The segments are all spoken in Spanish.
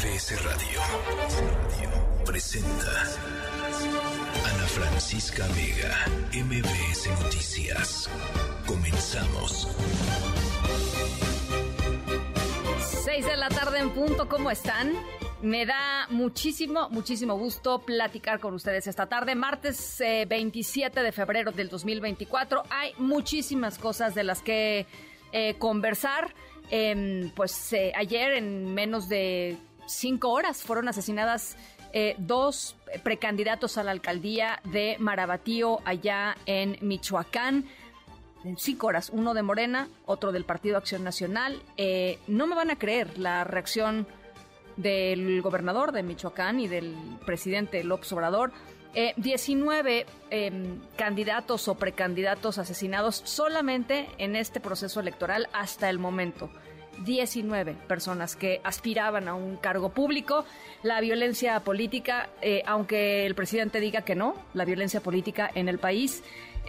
MBS Radio presenta Ana Francisca Vega, MBS Noticias. Comenzamos. 6 de la tarde en punto, ¿cómo están? Me da muchísimo gusto platicar con ustedes esta tarde, martes 27 de febrero del 2024. Hay muchísimas cosas de las que conversar. Ayer en menos de 5 horas fueron asesinadas dos precandidatos a la alcaldía de Marabatío, allá en Michoacán. En 5 horas, uno de Morena, otro del Partido Acción Nacional. No me van a creer la reacción del gobernador de Michoacán y del presidente López Obrador. 19 candidatos o precandidatos asesinados solamente en este proceso electoral hasta el momento. 19 personas que aspiraban a un cargo público. La violencia política, aunque el presidente diga que no, la violencia política en el país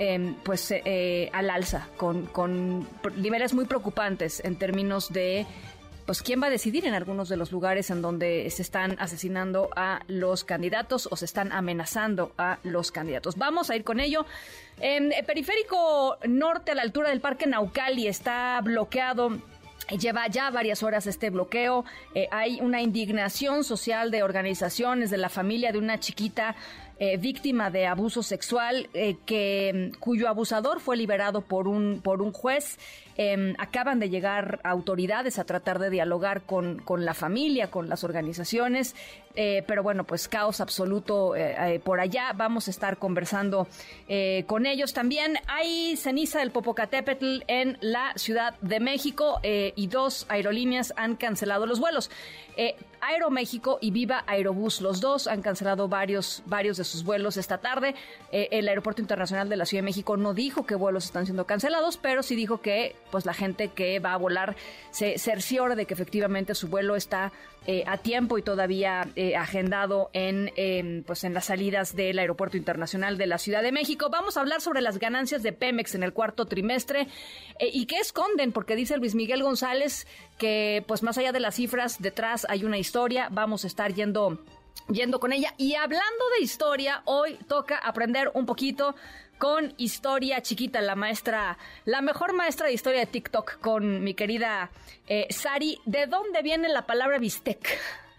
al alza, con niveles muy preocupantes en términos de pues quién va a decidir en algunos de los lugares en donde se están asesinando a los candidatos o se están amenazando a los candidatos. Vamos a ir con ello. Periférico Norte, a la altura del Parque Naucali, está bloqueado. Lleva ya varias horas este bloqueo. Hay una indignación social de organizaciones, de la familia de una chiquita víctima de abuso sexual, cuyo abusador fue liberado por un juez. Acaban de llegar autoridades a tratar de dialogar con la familia, con las organizaciones, pero bueno, pues caos absoluto por allá. Vamos a estar conversando con ellos. También hay ceniza del Popocatépetl en la Ciudad de México y 2 aerolíneas han cancelado los vuelos. Aeroméxico y Viva Aerobús, los dos han cancelado varios de sus vuelos esta tarde. El Aeropuerto Internacional de la Ciudad de México no dijo qué vuelos están siendo cancelados, pero sí dijo que pues la gente que va a volar se cerciore de que efectivamente su vuelo está a tiempo y todavía agendado en las salidas del Aeropuerto Internacional de la Ciudad de México. Vamos a hablar sobre las ganancias de Pemex en el cuarto trimestre y qué esconden, porque dice Luis Miguel González que pues más allá de las cifras, detrás hay una historia. Vamos a estar yendo con ella. Y hablando de historia, hoy toca aprender un poquito con Historia Chiquita, la mejor maestra de historia de TikTok, con mi querida Sari. ¿De dónde viene la palabra bistec?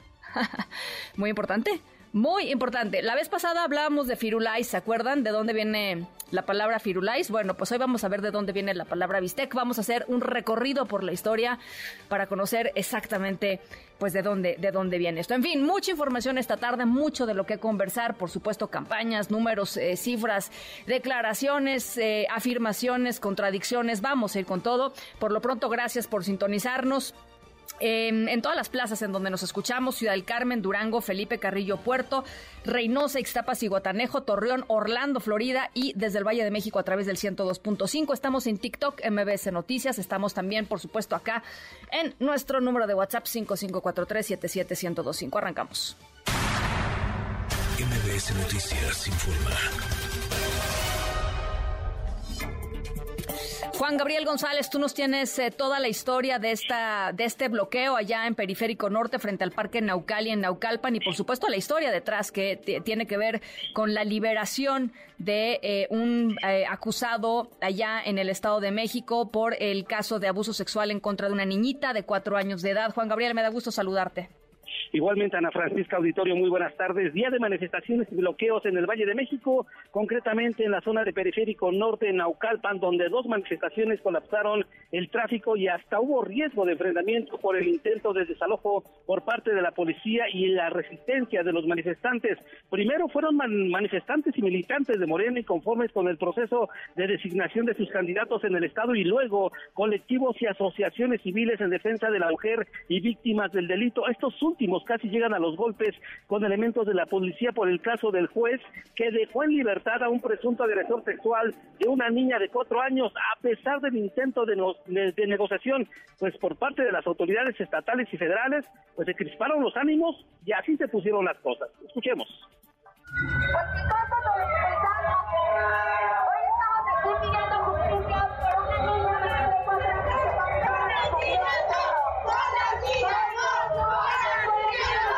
Muy importante. Muy importante. La vez pasada hablábamos de Firulais, ¿se acuerdan? ¿De dónde viene la palabra Firulais? Bueno, pues hoy vamos a ver de dónde viene la palabra bistec. Vamos a hacer un recorrido por la historia para conocer exactamente pues de dónde viene esto. En fin, mucha información esta tarde, mucho de lo que conversar, por supuesto, campañas, números, cifras, declaraciones, afirmaciones, contradicciones. Vamos a ir con todo. Por lo pronto, gracias por sintonizarnos. En todas las plazas en donde nos escuchamos: Ciudad del Carmen, Durango, Felipe Carrillo, Puerto, Reynosa, Ixtapas, Zihuatanejo, Torreón, Orlando, Florida, y desde el Valle de México a través del 102.5. Estamos en TikTok, MBS Noticias. Estamos también, por supuesto, acá en nuestro número de WhatsApp 5543-77125. Arrancamos. MBS Noticias informa. Juan Gabriel González, tú nos tienes toda la historia de este bloqueo allá en Periférico Norte frente al Parque Naucali en Naucalpan, y por supuesto la historia detrás que tiene que ver con la liberación de un acusado allá en el Estado de México por el caso de abuso sexual en contra de una niñita de 4 años de edad. Juan Gabriel, me da gusto saludarte. Igualmente, Ana Francisca, auditorio, muy buenas tardes. Día de manifestaciones y bloqueos en el Valle de México, concretamente en la zona de Periférico Norte, en Naucalpan, donde 2 manifestaciones colapsaron el tráfico y hasta hubo riesgo de enfrentamiento por el intento de desalojo por parte de la policía y la resistencia de los manifestantes. Primero fueron manifestantes y militantes de Morena inconformes con el proceso de designación de sus candidatos en el estado, y luego colectivos y asociaciones civiles en defensa de la mujer y víctimas del delito. Estos últimos casi llegan a los golpes con elementos de la policía por el caso del juez que dejó en libertad a un presunto agresor sexual de una niña de 4 años, a pesar del intento de negociación pues por parte de las autoridades estatales y federales. Pues se crisparon los ánimos y así se pusieron las cosas. Escuchemos. Hoy estamos aquí pidiendo justicia por una niña de 4 años.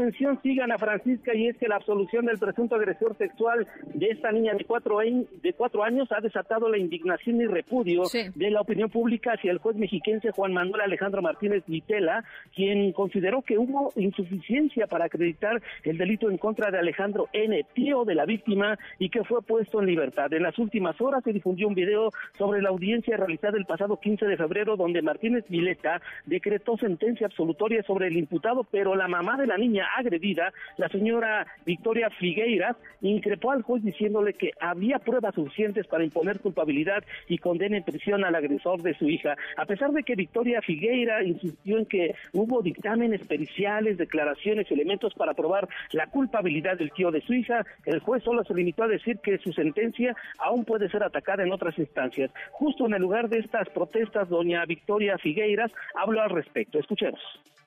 tensión sigue, Ana Francisca, y es que la absolución del presunto agresor sexual de esta niña de 4 años ha desatado la indignación y repudio de la opinión pública hacia el juez mexiquense Juan Manuel Alejandro Martínez Vitela, quien consideró que hubo insuficiencia para acreditar el delito en contra de Alejandro N., tío de la víctima, y que fue puesto en libertad. En las últimas horas se difundió un video sobre la audiencia realizada el pasado 15 de febrero, donde Martínez Vileta decretó sentencia absolutoria sobre el imputado, pero la mamá de la niña agredida, la señora Victoria Figueiras, increpó al juez diciéndole que había pruebas suficientes para imponer culpabilidad y condena en prisión al agresor de su hija. A pesar de que Victoria Figueira insistió en que hubo dictámenes periciales, declaraciones, elementos para probar la culpabilidad del tío de su hija, el juez solo se limitó a decir que su sentencia aún puede ser atacada en otras instancias. Justo en el lugar de estas protestas, doña Victoria Figueiras habló al respecto. Escuchemos.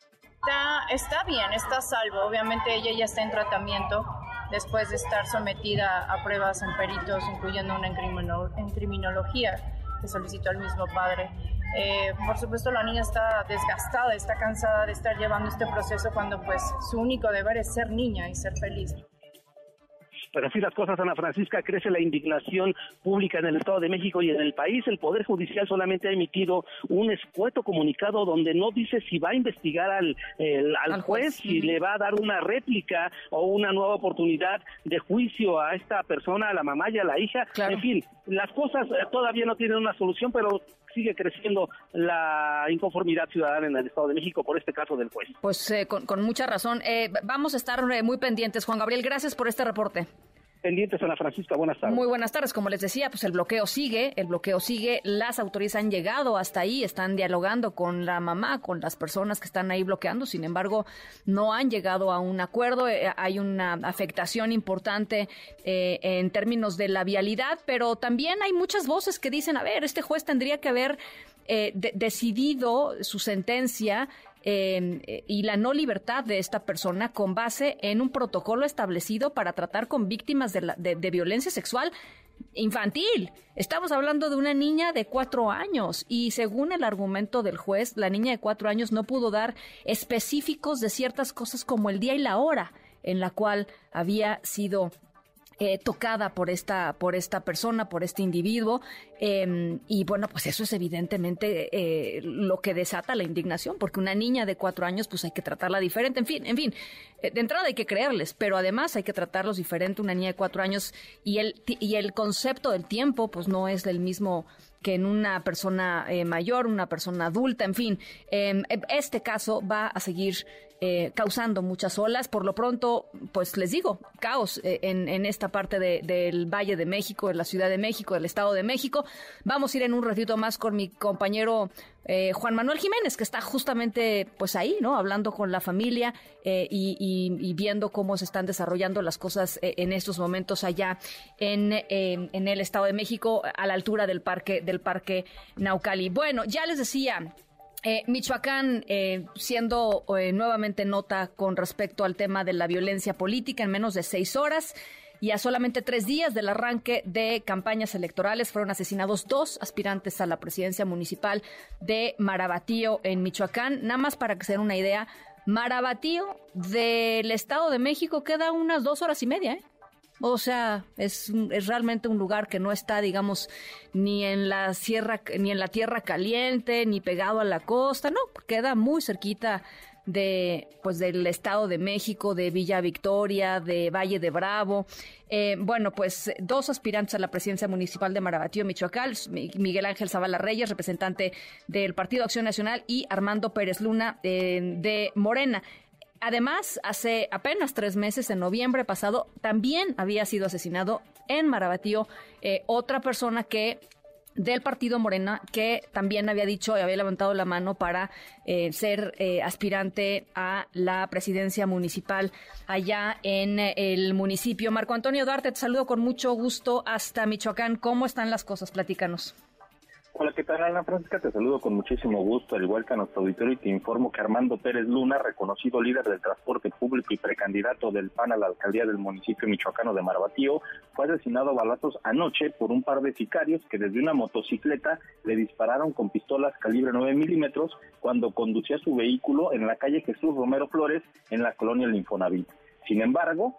Está bien, está a salvo. Obviamente ella ya está en tratamiento después de estar sometida a pruebas en peritos, incluyendo una en criminología que solicitó el mismo padre. Por supuesto, la niña está desgastada, está cansada de estar llevando este proceso cuando pues su único deber es ser niña y ser feliz. Pero así las cosas, Ana Francisca, crece la indignación pública en el Estado de México y en el país. El Poder Judicial solamente ha emitido un escueto comunicado donde no dice si va a investigar al juez, si le va a dar una réplica o una nueva oportunidad de juicio a esta persona, a la mamá y a la hija. Claro. En fin, las cosas todavía no tienen una solución, pero sigue creciendo la inconformidad ciudadana en el Estado de México por este caso del juez. Pues con mucha razón. Vamos a estar muy pendientes. Juan Gabriel, gracias por este reporte. Pendientes, Ana Francisca, buenas tardes. Muy buenas tardes. Como les decía, pues el bloqueo sigue, las autoridades han llegado hasta ahí, están dialogando con la mamá, con las personas que están ahí bloqueando, sin embargo, no han llegado a un acuerdo, hay una afectación importante en términos de la vialidad, pero también hay muchas voces que dicen, a ver, este juez tendría que haber decidido su sentencia y la no libertad de esta persona con base en un protocolo establecido para tratar con víctimas de violencia sexual infantil. Estamos hablando de una niña de 4 años y según el argumento del juez, la niña de 4 años no pudo dar específicos de ciertas cosas como el día y la hora en la cual había sido tocada por esta persona, por este individuo, y bueno, pues eso es evidentemente lo que desata la indignación, porque una niña de 4 años, pues hay que tratarla diferente, en fin, de entrada hay que creerles, pero además hay que tratarlos diferente, una niña de 4 años, y el concepto del tiempo, pues no es el mismo que en una persona mayor, una persona adulta, en fin, este caso va a seguir causando muchas olas. Por lo pronto, pues les digo, caos en esta parte del Valle de México, de la Ciudad de México, del Estado de México. Vamos a ir en un ratito más con mi compañero Juan Manuel Jiménez, que está justamente pues ahí, ¿no? Hablando con la familia y viendo cómo se están desarrollando las cosas en estos momentos allá en el Estado de México, a la altura del Parque Naucali. Bueno, ya les decía, Michoacán siendo nuevamente nota con respecto al tema de la violencia política en menos de 6 horas. Y a solamente 3 días del arranque de campañas electorales fueron asesinados 2 aspirantes a la presidencia municipal de Marabatío en Michoacán. Nada más para que se den una idea, Marabatío del Estado de México queda unas 2 horas y media, ¿eh? O sea, es realmente un lugar que no está, digamos, ni en la tierra caliente, ni pegado a la costa, no, queda muy cerquita del Estado de México, de Villa Victoria, de Valle de Bravo. Bueno, pues 2 aspirantes a la presidencia municipal de Marabatío, Michoacán, Miguel Ángel Zavala Reyes, representante del Partido Acción Nacional, y Armando Pérez Luna de Morena. Además, hace apenas 3 meses, en noviembre pasado, también había sido asesinado en Marabatío otra persona del partido Morena, que también había dicho y había levantado la mano para ser aspirante a la presidencia municipal allá en el municipio. Marco Antonio Duarte, te saludo con mucho gusto hasta Michoacán. ¿Cómo están las cosas? Platícanos. Hola, ¿qué tal, Ana Francisca? Te saludo con muchísimo gusto, al igual que a nuestro auditorio, y te informo que Armando Pérez Luna, reconocido líder del transporte público y precandidato del PAN a la alcaldía del municipio michoacano de Marabatío, fue asesinado a balazos anoche por un par de sicarios que desde una motocicleta le dispararon con pistolas calibre 9 milímetros cuando conducía su vehículo en la calle Jesús Romero Flores, en la colonia El Infonavit. Sin embargo,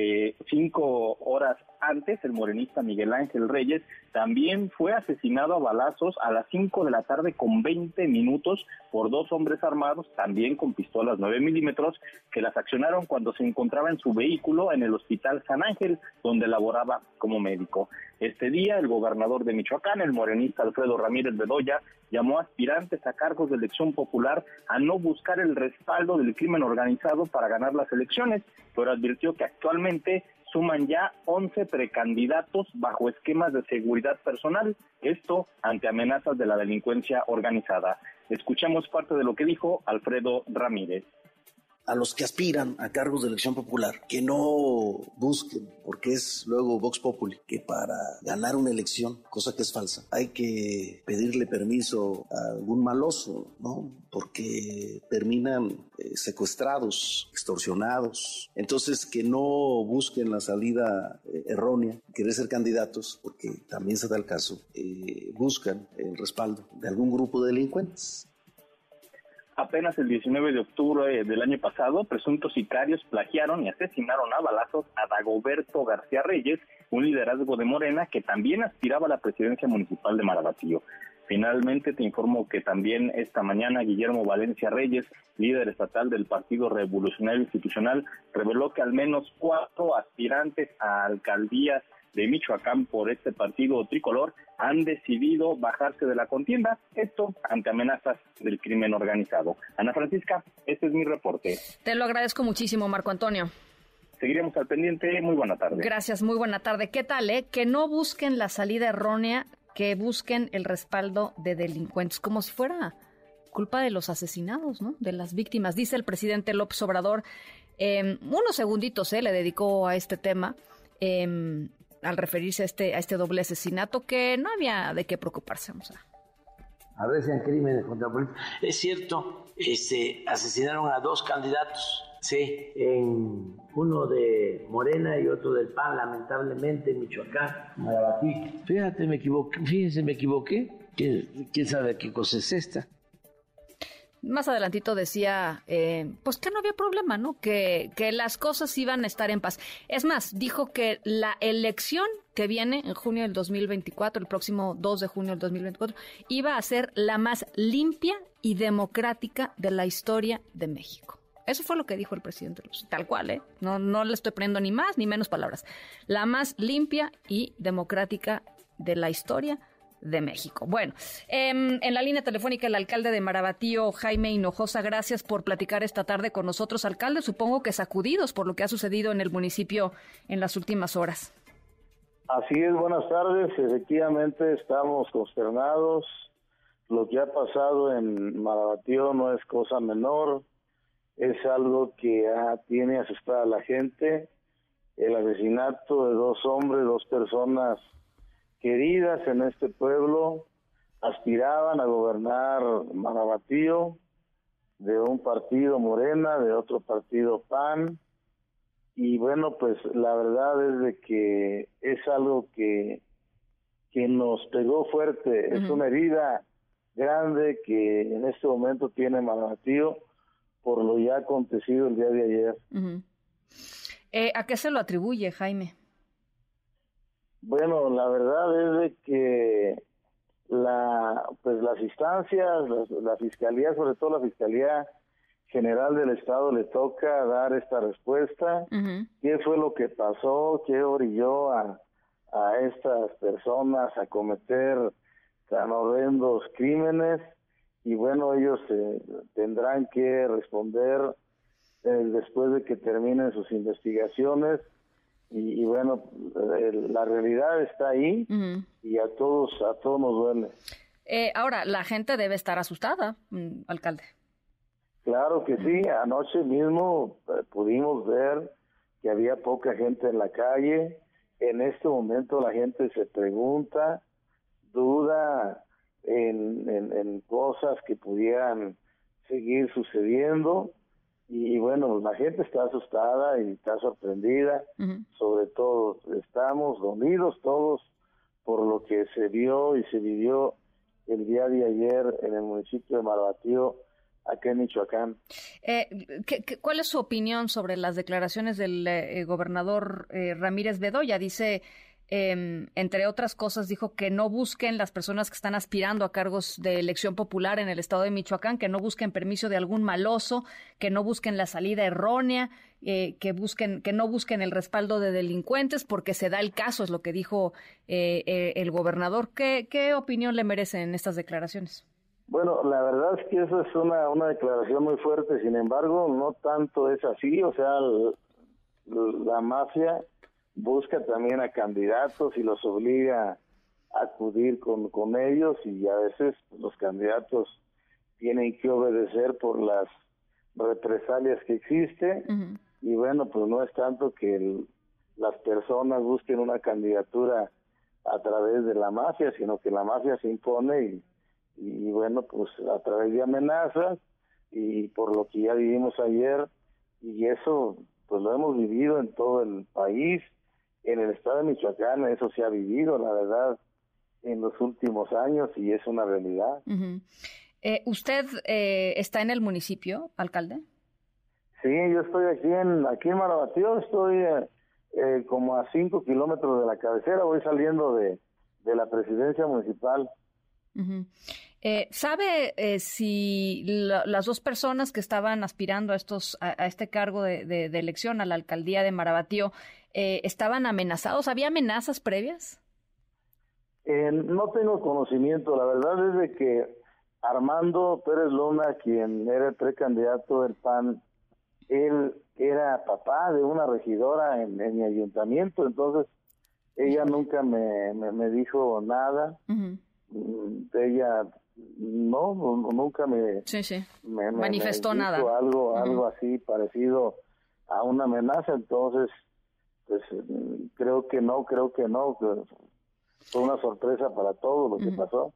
5 horas antes, el morenista Miguel Ángel Reyes también fue asesinado a balazos a las 5 de la tarde con 20 minutos por 2 hombres armados, también con pistolas 9 milímetros, que las accionaron cuando se encontraba en su vehículo en el Hospital San Ángel, donde laboraba como médico. Este día, el gobernador de Michoacán, el morenista Alfredo Ramírez Bedoya, llamó a aspirantes a cargos de elección popular a no buscar el respaldo del crimen organizado para ganar las elecciones, pero advirtió que actualmente suman ya 11 precandidatos bajo esquemas de seguridad personal, esto ante amenazas de la delincuencia organizada. Escuchamos parte de lo que dijo Alfredo Ramírez. A los que aspiran a cargos de elección popular, que no busquen, porque es luego Vox Populi, que para ganar una elección, cosa que es falsa, hay que pedirle permiso a algún maloso, ¿no? Porque terminan secuestrados, extorsionados. Entonces, que no busquen la salida errónea, querer ser candidatos, porque también se da el caso, buscan el respaldo de algún grupo de delincuentes. Apenas el 19 de octubre del año pasado, presuntos sicarios plagiaron y asesinaron a balazos a Dagoberto García Reyes, un liderazgo de Morena que también aspiraba a la presidencia municipal de Marabatío. Finalmente te informo que también esta mañana Guillermo Valencia Reyes, líder estatal del Partido Revolucionario Institucional, reveló que al menos 4 aspirantes a alcaldías de Michoacán por este partido tricolor han decidido bajarse de la contienda, esto ante amenazas del crimen organizado. Ana Francisca, este es mi reporte. Te lo agradezco muchísimo, Marco Antonio. Seguiremos al pendiente. Muy buena tarde. Gracias, muy buena tarde. ¿Qué tal, Que no busquen la salida errónea, que busquen el respaldo de delincuentes, como si fuera culpa de los asesinados, ¿no? De las víctimas. Dice el presidente López Obrador, unos segunditos le dedicó a este tema, al referirse a este doble asesinato, que no había de qué preocuparse. Vamos a ver si hay crímenes contra políticos. Es cierto, asesinaron a 2 candidatos, sí, uno de Morena y otro del PAN, lamentablemente, en Michoacán, Marabatí. Me equivoqué. ¿Quién sabe qué cosa es esta? Más adelantito decía, pues que no había problema, ¿no? Que las cosas iban a estar en paz. Es más, dijo que la elección que viene en junio del 2024, el próximo 2 de junio del 2024, iba a ser la más limpia y democrática de la historia de México. Eso fue lo que dijo el presidente, tal cual, No le estoy poniendo ni más ni menos palabras. La más limpia y democrática de la historia de México. Bueno, en la línea telefónica el alcalde de Marabatío, Jaime Hinojosa, gracias por platicar esta tarde con nosotros. Alcalde, supongo que sacudidos por lo que ha sucedido en el municipio en las últimas horas. Así es, buenas tardes. Efectivamente estamos consternados. Lo que ha pasado en Marabatío no es cosa menor, es algo que tiene asustada a la gente. El asesinato de 2 hombres, 2 personas queridas en este pueblo, aspiraban a gobernar Marabatío, de un partido Morena, de otro partido PAN, y bueno, pues la verdad es de que es algo que nos pegó fuerte. Uh-huh. Es una herida grande que en este momento tiene Marabatío por lo ya acontecido el día de ayer. Uh-huh. ¿A qué se lo atribuye, Jaime? Bueno, la verdad es de que las instancias, la Fiscalía, sobre todo la Fiscalía General del Estado, le toca dar esta respuesta. Uh-huh. ¿Qué fue lo que pasó? ¿Qué orilló a estas personas a cometer tan horrendos crímenes? Y bueno, ellos tendrán que responder después de que terminen sus investigaciones. Y bueno, la realidad está ahí. Uh-huh. Y a todos nos duele. Ahora, la gente debe estar asustada, alcalde. Claro que sí. Anoche mismo pudimos ver que había poca gente en la calle. En este momento la gente se pregunta, duda en cosas que pudieran seguir sucediendo. Y bueno, la gente está asustada y está sorprendida. Sobre todo, estamos dolidos todos por lo que se vio y se vivió el día de ayer en el municipio de Marabatío, acá en Michoacán. ¿Cuál es su opinión sobre las declaraciones del gobernador Ramírez Bedoya? Dice, entre otras cosas, dijo que no busquen las personas que están aspirando a cargos de elección popular en el estado de Michoacán, que no busquen permiso de algún maloso, que no busquen la salida errónea, que no busquen el respaldo de delincuentes, porque se da el caso, es lo que dijo el gobernador. ¿Qué opinión le merecen estas declaraciones? Bueno, la verdad es que eso es una declaración muy fuerte, sin embargo, no tanto es así, o sea, la mafia busca también a candidatos y los obliga a acudir con ellos, y a veces los candidatos tienen que obedecer por las represalias que existen. Y bueno, pues no es tanto que las personas busquen una candidatura a través de la mafia, sino que la mafia se impone y bueno, pues a través de amenazas, y por lo que ya vivimos ayer, y eso pues lo hemos vivido en todo el país. En el estado de Michoacán eso se ha vivido, la verdad, en los últimos años, y es una realidad. ¿Usted está en el municipio, alcalde? Sí, yo estoy aquí en Marabatío, estoy como a 5 kilómetros de la cabecera, voy saliendo de la presidencia municipal. ¿Sabe si las dos personas que estaban aspirando a este cargo de elección a la alcaldía de Marabatío estaban amenazados? ¿Había amenazas previas? No tengo conocimiento, la verdad es de que Armando Pérez Luna, quien era el precandidato del PAN, él era papá de una regidora en mi ayuntamiento, entonces ella nunca me dijo nada. Ella nunca me manifestó me nada, algo así parecido a una amenaza, entonces pues creo que no, que fue una sorpresa para todos lo que pasó.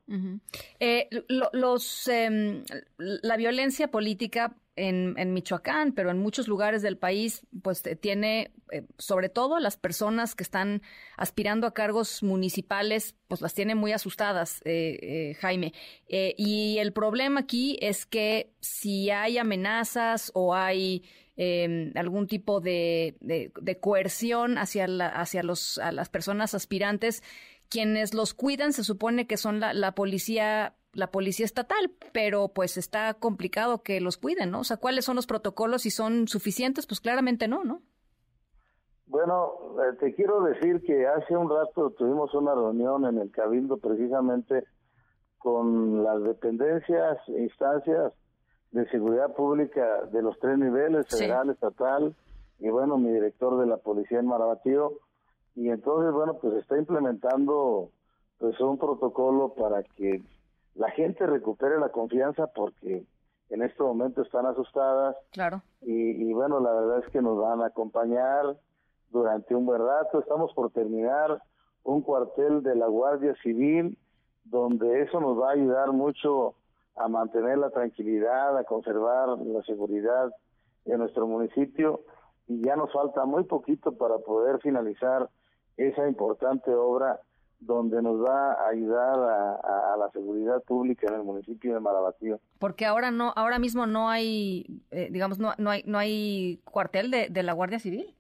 La violencia política en Michoacán, pero en muchos lugares del país, pues tiene, sobre todo las personas que están aspirando a cargos municipales, pues las tiene muy asustadas, Jaime. Y el problema aquí es que si hay amenazas o hay algún tipo de coerción hacia las personas aspirantes, quienes los cuidan se supone que son la policía estatal, pero pues está complicado que los cuiden, ¿no? O sea, ¿cuáles son los protocolos? ¿Si son suficientes? Pues claramente no, ¿no? Bueno, te quiero decir que hace un rato tuvimos una reunión en el Cabildo precisamente con las dependencias e instancias de seguridad pública de los 3 niveles, federal, estatal, y bueno, mi director de la policía en Marabatío, y entonces, bueno, pues está implementando pues un protocolo para que la gente recupere la confianza, porque en este momento están asustadas. Claro. Y bueno, la verdad es que nos van a acompañar durante un buen rato. Estamos por terminar un cuartel de la Guardia Civil, donde eso nos va a ayudar mucho a mantener la tranquilidad, a conservar la seguridad en nuestro municipio, y ya nos falta muy poquito para poder finalizar esa importante obra donde nos va a ayudar a la seguridad pública en el municipio de Marabatío. Porque ahora mismo no hay, no hay cuartel de la Guardia Civil.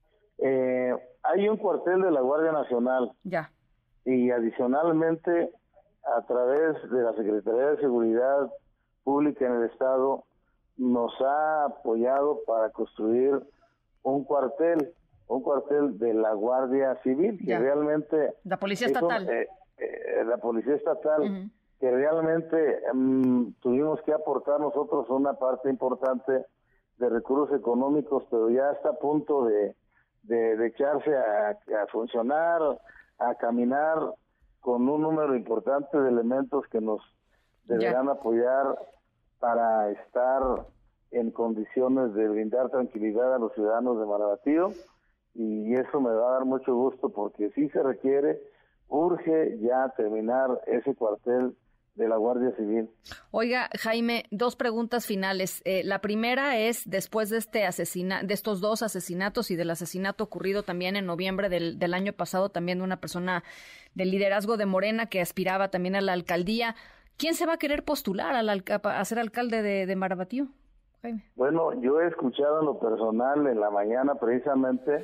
Hay un cuartel de la Guardia Nacional. Ya. Y adicionalmente, a través de la Secretaría de Seguridad Pública en el Estado, nos ha apoyado para construir un cuartel de la Guardia Civil, que realmente... La Policía Estatal. La Policía Estatal, que realmente tuvimos que aportar nosotros una parte importante de recursos económicos, pero ya está a punto de echarse a funcionar, a caminar, con un número importante de elementos que nos deberán apoyar para estar en condiciones de brindar tranquilidad a los ciudadanos de Marabatío. Y eso me va a dar mucho gusto, porque sí se requiere, urge ya terminar ese cuartel de la Guardia Civil. Oiga, Jaime, 2 preguntas finales. La primera es, después de de estos 2 asesinatos y del asesinato ocurrido también en noviembre del año pasado, también de una persona del liderazgo de Morena que aspiraba también a la alcaldía, ¿quién se va a querer postular a ser alcalde de Marabatío, Jaime? Bueno, yo he escuchado en lo personal en la mañana precisamente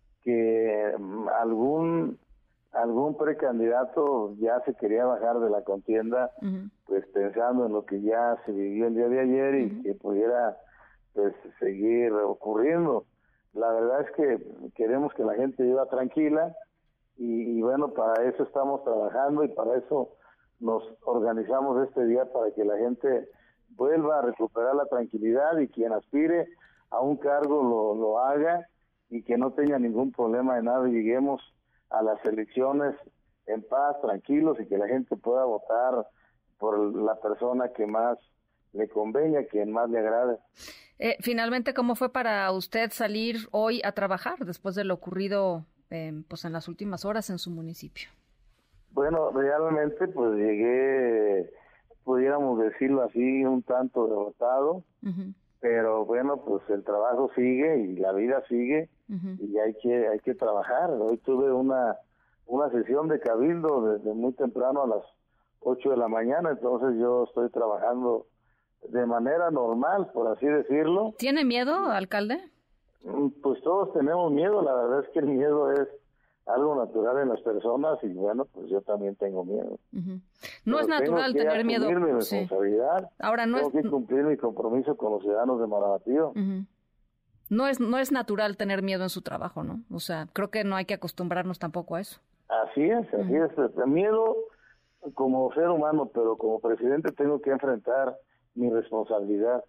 que algún precandidato ya se quería bajar de la contienda, pues pensando en lo que ya se vivió el día de ayer y que pudiera pues seguir ocurriendo. La verdad es que queremos que la gente viva tranquila y bueno, para eso estamos trabajando y para eso nos organizamos este día, para que la gente vuelva a recuperar la tranquilidad y quien aspire a un cargo lo haga y que no tenga ningún problema de nada y lleguemos a las elecciones en paz, tranquilos, y que la gente pueda votar por la persona que más le convenga, quien más le agrade. Finalmente, ¿cómo fue para usted salir hoy a trabajar después de lo ocurrido pues en las últimas horas en su municipio? Bueno, realmente pues llegué, pudiéramos decirlo así, un tanto derrotado, pero bueno, pues el trabajo sigue y la vida sigue y hay que trabajar. Hoy tuve una sesión de cabildo desde muy temprano a las 8 de la mañana, entonces yo estoy trabajando de manera normal, por así decirlo. ¿Tiene miedo, alcalde? Pues todos tenemos miedo, la verdad es que el miedo es algo natural en las personas y bueno, pues yo también tengo miedo. No es natural tener miedo. Tengo que asumir mi responsabilidad. Ahora tengo que cumplir mi compromiso con los ciudadanos de Marabatío. No es natural tener miedo en su trabajo, ¿no? O sea, creo que no hay que acostumbrarnos tampoco a eso. Así es. Miedo como ser humano, pero como presidente tengo que enfrentar mi responsabilidad.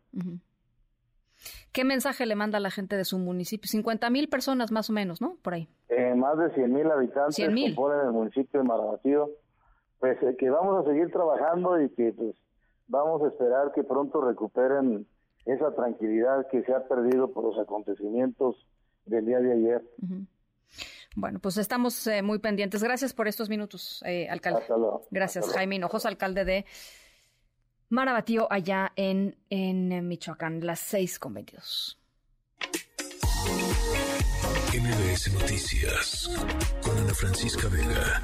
¿Qué mensaje le manda a la gente de su municipio? 50,000 personas más o menos, ¿no? Por ahí. Más de 100,000 habitantes 100,000 componen el municipio de Marabatío. Pues que vamos a seguir trabajando y que pues vamos a esperar que pronto recuperen esa tranquilidad que se ha perdido por los acontecimientos del día de ayer. Bueno, pues estamos muy pendientes. Gracias por estos minutos, alcalde. Hasta luego. Gracias, Hasta luego. Jaime Hinojosa, alcalde de Marabatío, allá en Michoacán, las 6:22. MBS Noticias con Ana Francisca Vega.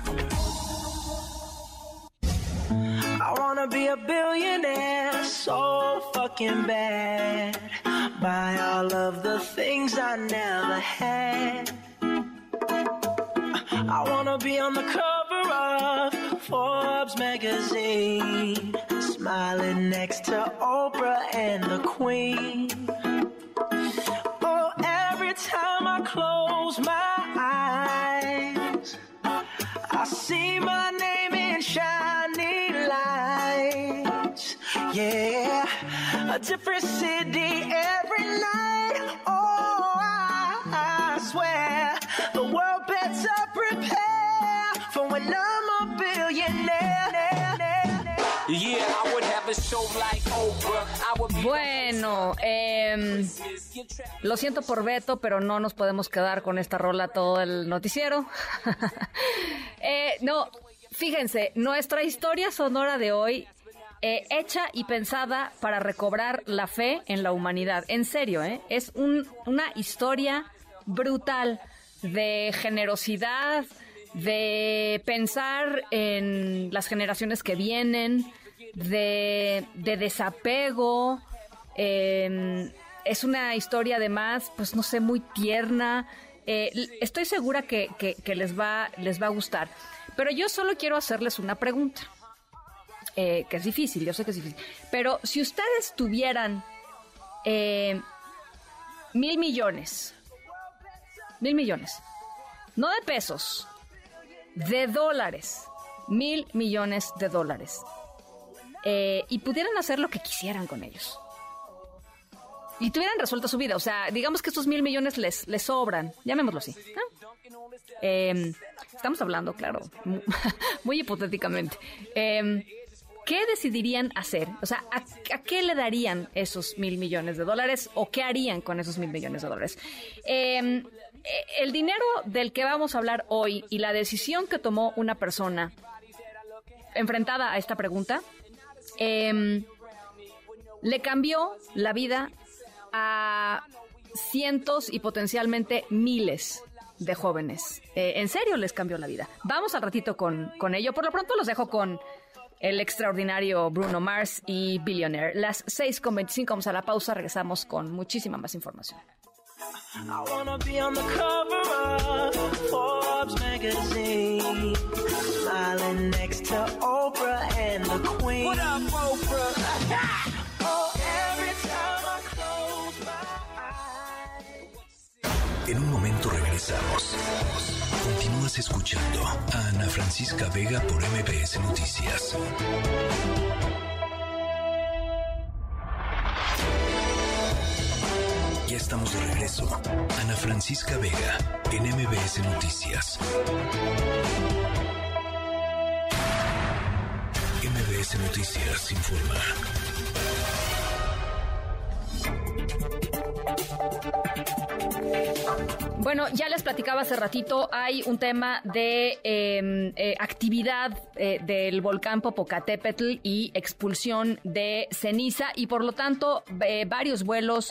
I wanna be a billionaire, so fucking bad. Buy all of the things I never had. I wanna be on the cover of Forbes magazine, smiling next to Oprah and the Queen. Oh, every time I close my eyes, I see my name in shiny lights. Yeah, a different city every night. Oh, I swear the world better prepare for when I'm a billionaire. Yeah, I would have a show like Oprah. Bueno, lo siento por Beto, pero no nos podemos quedar con esta rola todo el noticiero. No, fíjense, nuestra historia sonora de hoy, hecha y pensada para recobrar la fe en la humanidad. En serio, es una historia brutal de generosidad, de pensar en las generaciones que vienen, de desapego. Es una historia además, pues no sé, muy tierna. Estoy segura que les va a gustar. Pero yo solo quiero hacerles una pregunta, que es difícil, yo sé que es difícil. Pero si ustedes tuvieran 1,000 millones, no de pesos, de dólares, 1,000 millones de dólares, y pudieran hacer lo que quisieran con ellos, y tuvieran resuelto su vida, o sea, digamos que estos 1,000 millones les sobran, llamémoslo así, ¿no? Estamos hablando, claro, muy hipotéticamente. ¿Qué decidirían hacer? O sea, ¿a qué le darían esos 1,000 millones de dólares? ¿O qué harían con esos 1,000 millones de dólares? El dinero del que vamos a hablar hoy y la decisión que tomó una persona enfrentada a esta pregunta le cambió la vida a cientos y potencialmente miles de jóvenes. En serio les cambió la vida. Vamos al ratito con ello. Por lo pronto los dejo con el extraordinario Bruno Mars y Billionaire. Las 6:25, vamos a la pausa, regresamos con muchísima más información. I wanna be on the cover of Forbes magazine, smiling next to Oprah and the Queen. What up, Oprah? Oh, every time I close my eyes. En un momento regresamos. Continúas escuchando a Ana Francisca Vega por MBS Noticias. Ya estamos de regreso. Ana Francisca Vega en MBS Noticias. MBS Noticias informa. Bueno, ya les platicaba hace ratito, hay un tema de actividad del volcán Popocatépetl y expulsión de ceniza y por lo tanto varios vuelos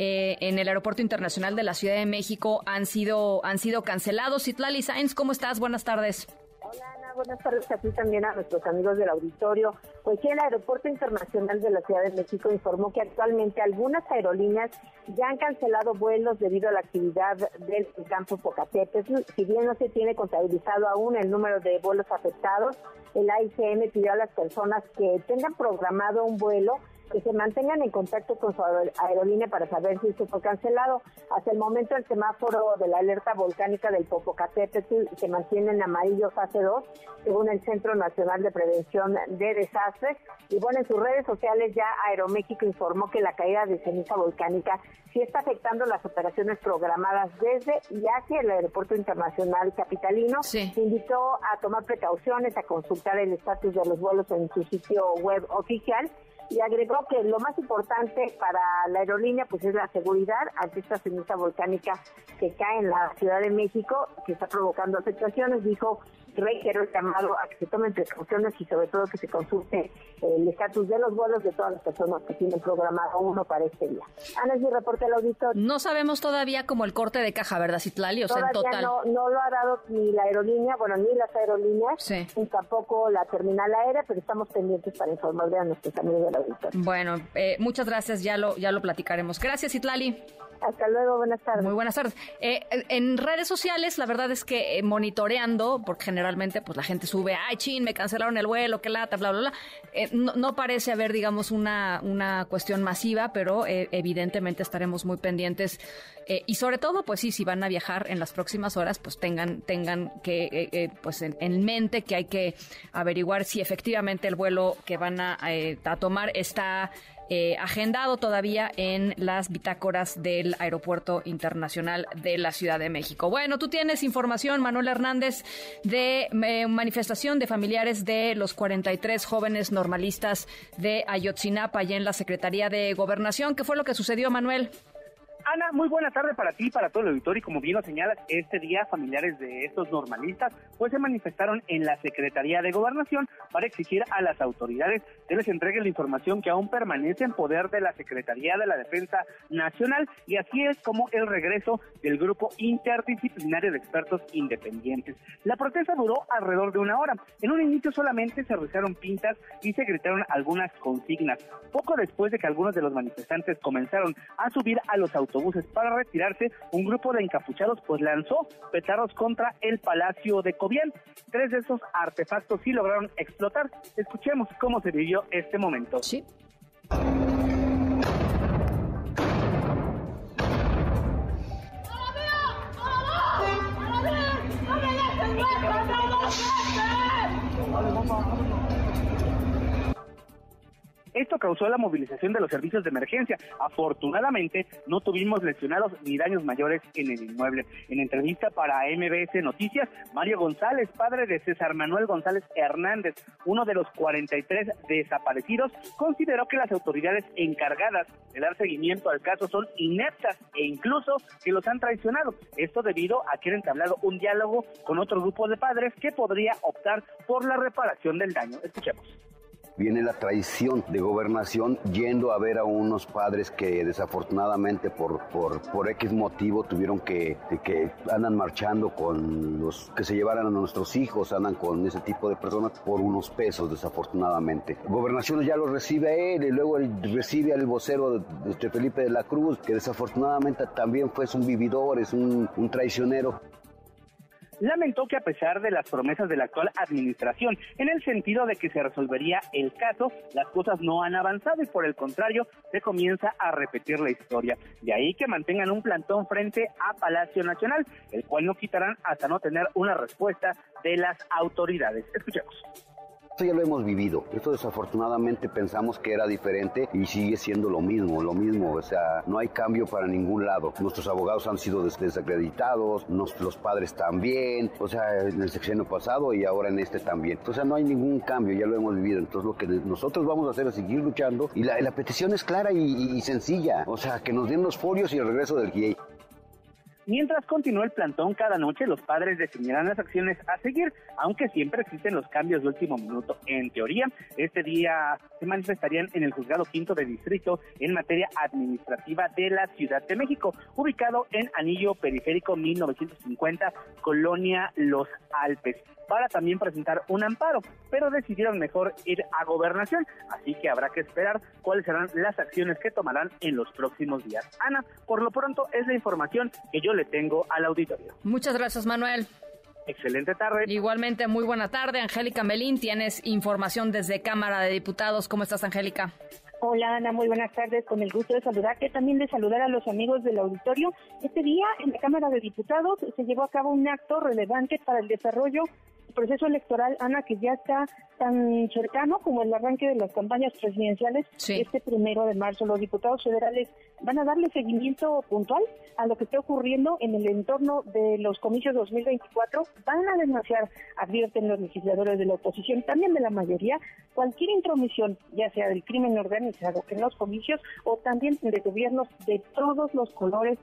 en el Aeropuerto Internacional de la Ciudad de México han sido cancelados. Citlali Sáenz, ¿cómo estás? Buenas tardes. Hola Ana, buenas tardes a ti también a nuestros amigos del auditorio. Pues sí, el Aeropuerto Internacional de la Ciudad de México informó que actualmente algunas aerolíneas ya han cancelado vuelos debido a la actividad del volcán Popocatépetl. Si bien no se tiene contabilizado aún el número de vuelos afectados, el AICM pidió a las personas que tengan programado un vuelo que se mantengan en contacto con su aerolínea para saber si se fue cancelado. Hasta el momento el semáforo de la alerta volcánica del Popocatépetl se mantiene en amarillo fase 2, según el Centro Nacional de Prevención de Desastres. Y bueno, en sus redes sociales ya Aeroméxico informó que la caída de ceniza volcánica sí está afectando las operaciones programadas desde y hacia el Aeropuerto Internacional Capitalino. Sí. Se invitó a tomar precauciones, a consultar el estatus de los vuelos en su sitio web oficial. Y agregó que lo más importante para la aerolínea pues es la seguridad ante esta ceniza volcánica que cae en la Ciudad de México, que está provocando afectaciones. Dijo, reiteró el llamado a que se tomen precauciones y sobre todo que se consulte el estatus de los vuelos de todas las personas que tienen programado uno para este día. Ana, es mi reporte al auditorio. No sabemos todavía como el corte de caja, ¿verdad, Citlali? O sea, en total. No lo ha dado ni la aerolínea, bueno, ni las aerolíneas, sí, ni tampoco la terminal aérea, pero estamos pendientes para informarle a nuestros amigos de la auditorio. Bueno, muchas gracias, ya lo platicaremos. Gracias, Citlali. Hasta luego, buenas tardes. Muy buenas tardes. En redes sociales, la verdad es que monitoreando, porque generalmente pues la gente sube, ay, chin, me cancelaron el vuelo, qué lata, bla, bla, bla. No parece haber, digamos, una cuestión masiva, pero evidentemente estaremos muy pendientes. Y sobre todo, pues sí, si van a viajar en las próximas horas, pues tengan que, pues en mente que hay que averiguar si efectivamente el vuelo que van a tomar está agendado todavía en las bitácoras del Aeropuerto Internacional de la Ciudad de México. Bueno, tú tienes información, Manuel Hernández, de manifestación de familiares de los 43 jóvenes normalistas de Ayotzinapa, allá en la Secretaría de Gobernación. ¿Qué fue lo que sucedió, Manuel? Ana, muy buena tarde para ti y para todo el auditorio. Y como bien lo señalas, este día familiares de estos normalistas pues se manifestaron en la Secretaría de Gobernación para exigir a las autoridades que les entreguen la información que aún permanece en poder de la Secretaría de la Defensa Nacional, y así es como el regreso del grupo interdisciplinario de expertos independientes. La protesta duró alrededor de una hora. En un inicio solamente se rizaron pintas y se gritaron algunas consignas. Poco después de que algunos de los manifestantes comenzaron a subir a los autobuses para retirarse, un grupo de encapuchados pues lanzó petardos contra el Palacio de Cobián. 3 de esos artefactos sí lograron explotar. Escuchemos cómo se vivió este momento. Sí. Esto causó la movilización de los servicios de emergencia. Afortunadamente, no tuvimos lesionados ni daños mayores en el inmueble. En entrevista para MBS Noticias, Mario González, padre de César Manuel González Hernández, uno de los 43 desaparecidos, consideró que las autoridades encargadas de dar seguimiento al caso son ineptas e incluso que los han traicionado. Esto debido a que han entablado un diálogo con otro grupo de padres que podría optar por la reparación del daño. Escuchemos. viene la traición de Gobernación yendo a ver a unos padres que desafortunadamente por X motivo tuvieron que andan marchando con los que se llevaran a nuestros hijos, andan con ese tipo de personas por unos pesos, desafortunadamente. Gobernación ya lo recibe a él y luego él recibe al vocero de Felipe de la Cruz, que desafortunadamente también fue un vividor, es un traicionero. Lamentó que a pesar de las promesas de la actual administración, en el sentido de que se resolvería el caso, las cosas no han avanzado y por el contrario, se comienza a repetir la historia. De ahí que mantengan un plantón frente a Palacio Nacional, el cual no quitarán hasta no tener una respuesta de las autoridades. Escuchemos. Esto ya lo hemos vivido, esto desafortunadamente pensamos que era diferente y sigue siendo lo mismo, o sea, no hay cambio para ningún lado. Nuestros abogados han sido desacreditados, los padres también, o sea, en el sexenio pasado y ahora en este también. O sea, no hay ningún cambio, ya lo hemos vivido, entonces lo que nosotros vamos a hacer es seguir luchando y la petición es clara y sencilla, o sea, que nos den los folios y el regreso del GIEI. Mientras continúa el plantón cada noche, los padres definirán las acciones a seguir, aunque siempre existen los cambios de último minuto. En teoría, este día se manifestarían en el Juzgado Quinto de Distrito en materia administrativa de la Ciudad de México, ubicado en Anillo Periférico 1950, Colonia Los Alpes, para también presentar un amparo, pero decidieron mejor ir a Gobernación, así que habrá que esperar cuáles serán las acciones que tomarán en los próximos días. Ana, por lo pronto es la información que yo le tengo al auditorio. Muchas gracias, Manuel. Excelente tarde. Igualmente, muy buena tarde. Angélica Melín, tienes información desde Cámara de Diputados. ¿Cómo estás, Angélica? Hola, Ana, muy buenas tardes. Con el gusto de saludarte, también de saludar a los amigos del auditorio. Este día, en la Cámara de Diputados, se llevó a cabo un acto relevante para el desarrollo del proceso electoral, Ana, que ya está tan cercano como el arranque de las campañas presidenciales. Sí. Este 1 de marzo, los diputados federales van a darle seguimiento puntual a lo que está ocurriendo en el entorno de los comicios 2024. Van a denunciar, advierten los legisladores de la oposición, también de la mayoría, cualquier intromisión, ya sea del crimen organizado en los comicios o también de gobiernos de todos los colores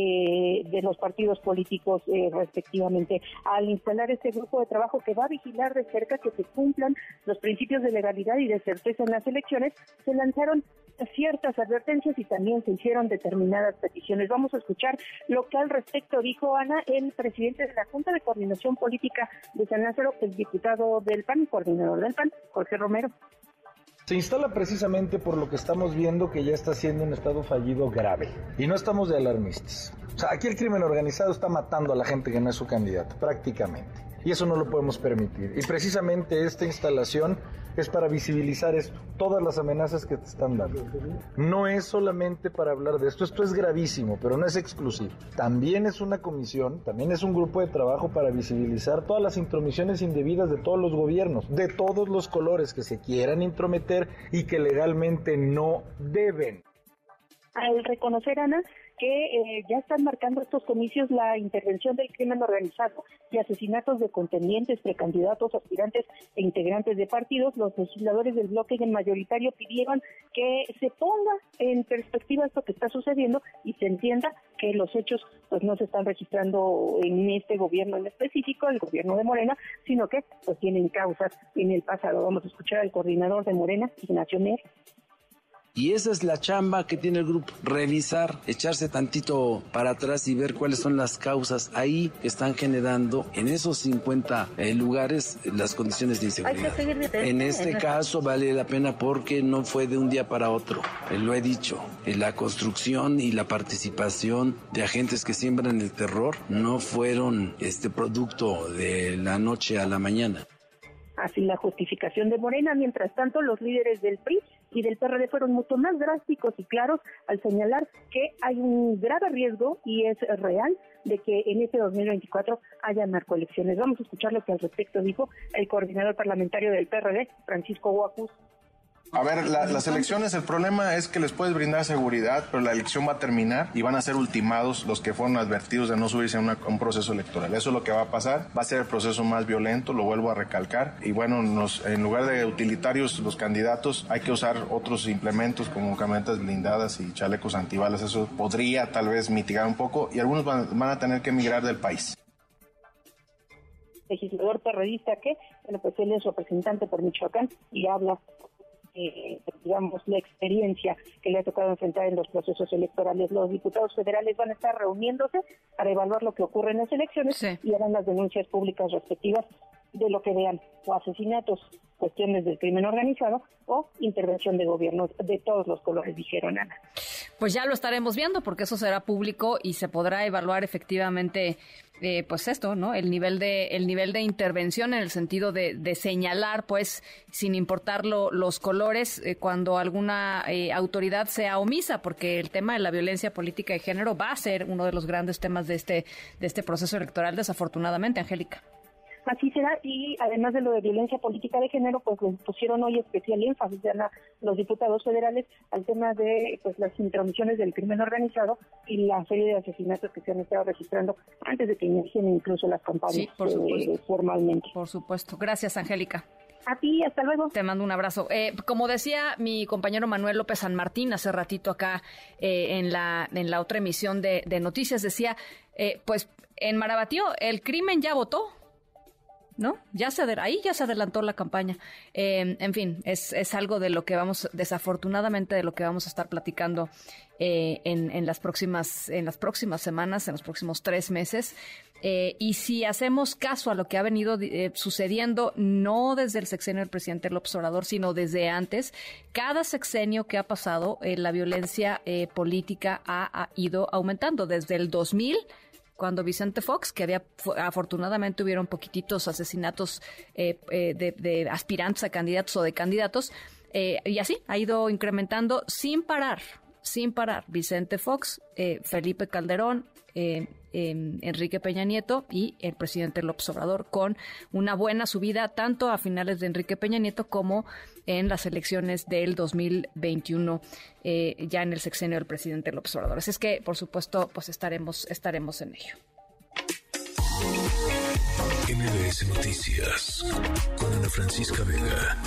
de los partidos políticos respectivamente. Al instalar este grupo de trabajo que va a vigilar de cerca que se cumplan los principios de legalidad y de certeza en las elecciones, se lanzaron ciertas advertencias y también se hicieron determinadas peticiones. Vamos a escuchar lo que al respecto dijo, Ana, el presidente de la Junta de Coordinación Política de San Lázaro, el diputado del PAN, coordinador del PAN, Jorge Romero. Se instala precisamente por lo que estamos viendo que ya está siendo un estado fallido grave. Y no estamos de alarmistas. O sea, aquí el crimen organizado está matando a la gente que no es su candidato, prácticamente. Y eso no lo podemos permitir. Y precisamente esta instalación es para visibilizar esto, todas las amenazas que te están dando. No es solamente para hablar de esto es gravísimo, pero no es exclusivo. También es una comisión, también es un grupo de trabajo para visibilizar todas las intromisiones indebidas de todos los gobiernos, de todos los colores que se quieran intrometer y que legalmente no deben. Al reconocer, Ana, que ya están marcando estos comicios la intervención del crimen organizado y asesinatos de contendientes, precandidatos, aspirantes e integrantes de partidos, los legisladores del bloque mayoritario pidieron que se ponga en perspectiva esto que está sucediendo y se entienda que los hechos pues no se están registrando en este gobierno en específico, el gobierno de Morena, sino que pues tienen causas en el pasado. Vamos a escuchar al coordinador de Morena, Ignacio Mier. Y esa es la chamba que tiene el grupo, revisar, echarse tantito para atrás y ver cuáles son las causas ahí que están generando en esos 50 lugares las condiciones de inseguridad. En este caso vale la pena porque no fue de un día para otro, lo he dicho, la construcción y la participación de agentes que siembran el terror no fueron producto de la noche a la mañana. Así la justificación de Morena. Mientras tanto, los líderes del PRI y del PRD fueron mucho más drásticos y claros al señalar que hay un grave riesgo, y es real, de que en este 2024 haya narcoelecciones. Vamos a escuchar lo que al respecto dijo el coordinador parlamentario del PRD, Francisco Guacus. A ver, las elecciones, el problema es que les puedes brindar seguridad, pero la elección va a terminar y van a ser ultimados los que fueron advertidos de no subirse a un proceso electoral. Eso es lo que va a pasar, va a ser el proceso más violento, lo vuelvo a recalcar. Y bueno, en lugar de utilitarios los candidatos, hay que usar otros implementos como camionetas blindadas y chalecos antibalas. Eso podría tal vez mitigar un poco y algunos van a tener que emigrar del país. Legislador perredista que, bueno, pues él es representante por Michoacán y habla digamos, la experiencia que le ha tocado enfrentar en los procesos electorales. Los diputados federales van a estar reuniéndose para evaluar lo que ocurre en las elecciones y harán las denuncias públicas respectivas de lo que vean, o asesinatos, cuestiones del crimen organizado o intervención de gobiernos de todos los colores, dijeron, Ana. Pues ya lo estaremos viendo porque eso será público y se podrá evaluar efectivamente pues esto, ¿no? El nivel de intervención en el sentido de señalar, pues, sin importar los colores, cuando alguna autoridad sea omisa, porque el tema de la violencia política de género va a ser uno de los grandes temas de este proceso electoral, desafortunadamente, Angélica. Así será, y además de lo de violencia política de género, pues les pusieron hoy especial énfasis a los diputados federales al tema de pues las intromisiones del crimen organizado y la serie de asesinatos que se han estado registrando antes de que inicien incluso las campañas. Sí, por supuesto. Formalmente. Por supuesto. Gracias, Angélica. A ti, hasta luego. Te mando un abrazo. Como decía mi compañero Manuel López San Martín hace ratito acá en la otra emisión de noticias, decía, pues en Marabatío el crimen ya votó, ¿no? Ahí ya se adelantó la campaña. En fin, es algo de lo que desafortunadamente, de lo que vamos a estar platicando en las próximas semanas, en los próximos 3 meses. Y si hacemos caso a lo que ha venido sucediendo, no desde el sexenio del presidente López Obrador, sino desde antes, cada sexenio que ha pasado, la violencia política ha ido aumentando. Desde el 2000, cuando Vicente Fox, que afortunadamente hubieron poquititos asesinatos de aspirantes a candidatos o de candidatos, y así ha ido incrementando sin parar. Vicente Fox, Felipe Calderón, Enrique Peña Nieto y el presidente López Obrador, con una buena subida tanto a finales de Enrique Peña Nieto como en las elecciones del 2021, ya en el sexenio del presidente López Obrador. Así es que, por supuesto, pues estaremos en ello. MBS Noticias con Ana Francisca Vega.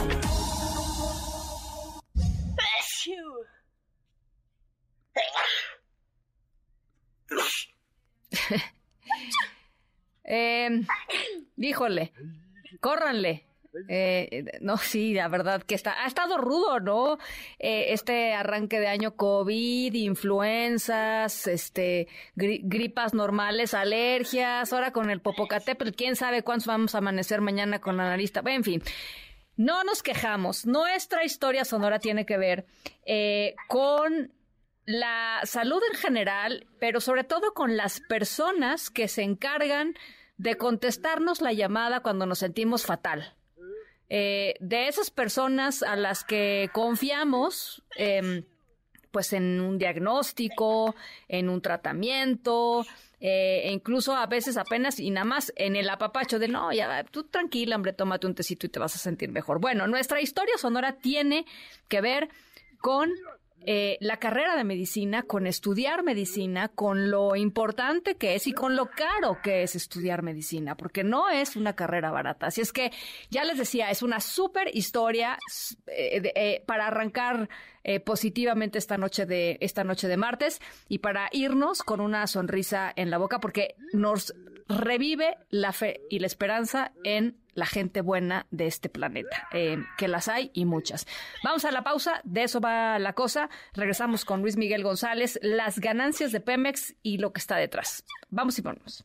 Híjole, córranle. No, sí, la verdad que ha estado rudo, ¿no? Este arranque de año, COVID, influencias, gripas normales, alergias, ahora con el Popocatépetl, quién sabe cuántos vamos a amanecer mañana con la nariz. En fin, no nos quejamos. Nuestra historia sonora tiene que ver con la salud en general, pero sobre todo con las personas que se encargan de contestarnos la llamada cuando nos sentimos fatal. De esas personas a las que confiamos, pues en un diagnóstico, en un tratamiento, e incluso a veces apenas y nada más en el apapacho de no, ya tú tranquila, hombre, tómate un tecito y te vas a sentir mejor. Bueno, nuestra historia sonora tiene que ver con la carrera de medicina, con estudiar medicina, con lo importante que es y con lo caro que es estudiar medicina, porque no es una carrera barata. Así es que, ya les decía, es una súper historia para arrancar positivamente esta noche de martes y para irnos con una sonrisa en la boca, porque nos revive la fe y la esperanza en la gente buena de este planeta, que las hay y muchas. Vamos a la pausa, de eso va la cosa. Regresamos con Luis Miguel González, las ganancias de Pemex y lo que está detrás. Vamos y ponemos.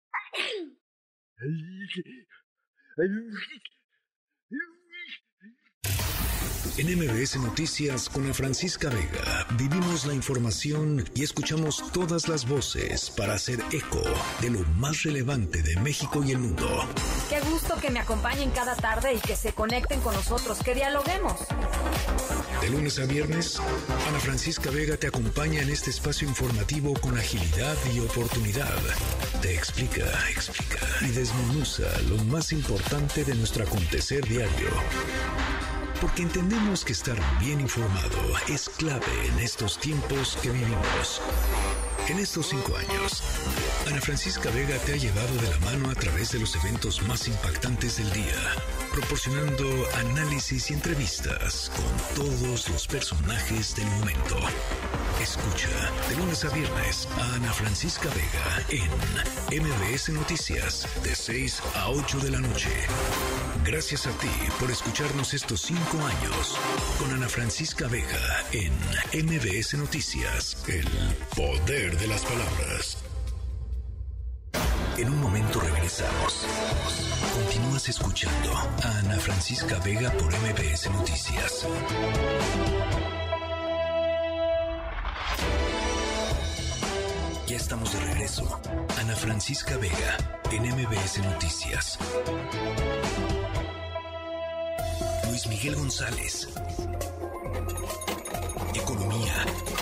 En MBS Noticias con Ana Francisca Vega vivimos la información y escuchamos todas las voces para hacer eco de lo más relevante de México y el mundo. Qué gusto que me acompañen cada tarde y que se conecten con nosotros, que dialoguemos. De lunes a viernes, Ana Francisca Vega te acompaña en este espacio informativo con agilidad y oportunidad. Te explica y desmenuza lo más importante de nuestro acontecer diario. Porque entendemos que estar bien informado es clave en estos tiempos que vivimos. En estos 5 años, Ana Francisca Vega te ha llevado de la mano a través de los eventos más impactantes del día, proporcionando análisis y entrevistas con todos los personajes del momento. Escucha de lunes a viernes a Ana Francisca Vega en MBS Noticias de 6 a 8 de la noche. Gracias a ti por escucharnos estos 5 años con Ana Francisca Vega en MBS Noticias, el poder de las palabras. En un momento regresamos. Continúas escuchando a Ana Francisca Vega por MBS Noticias. Ya estamos de regreso. Ana Francisca Vega en MBS Noticias. Luis Miguel González. Economía.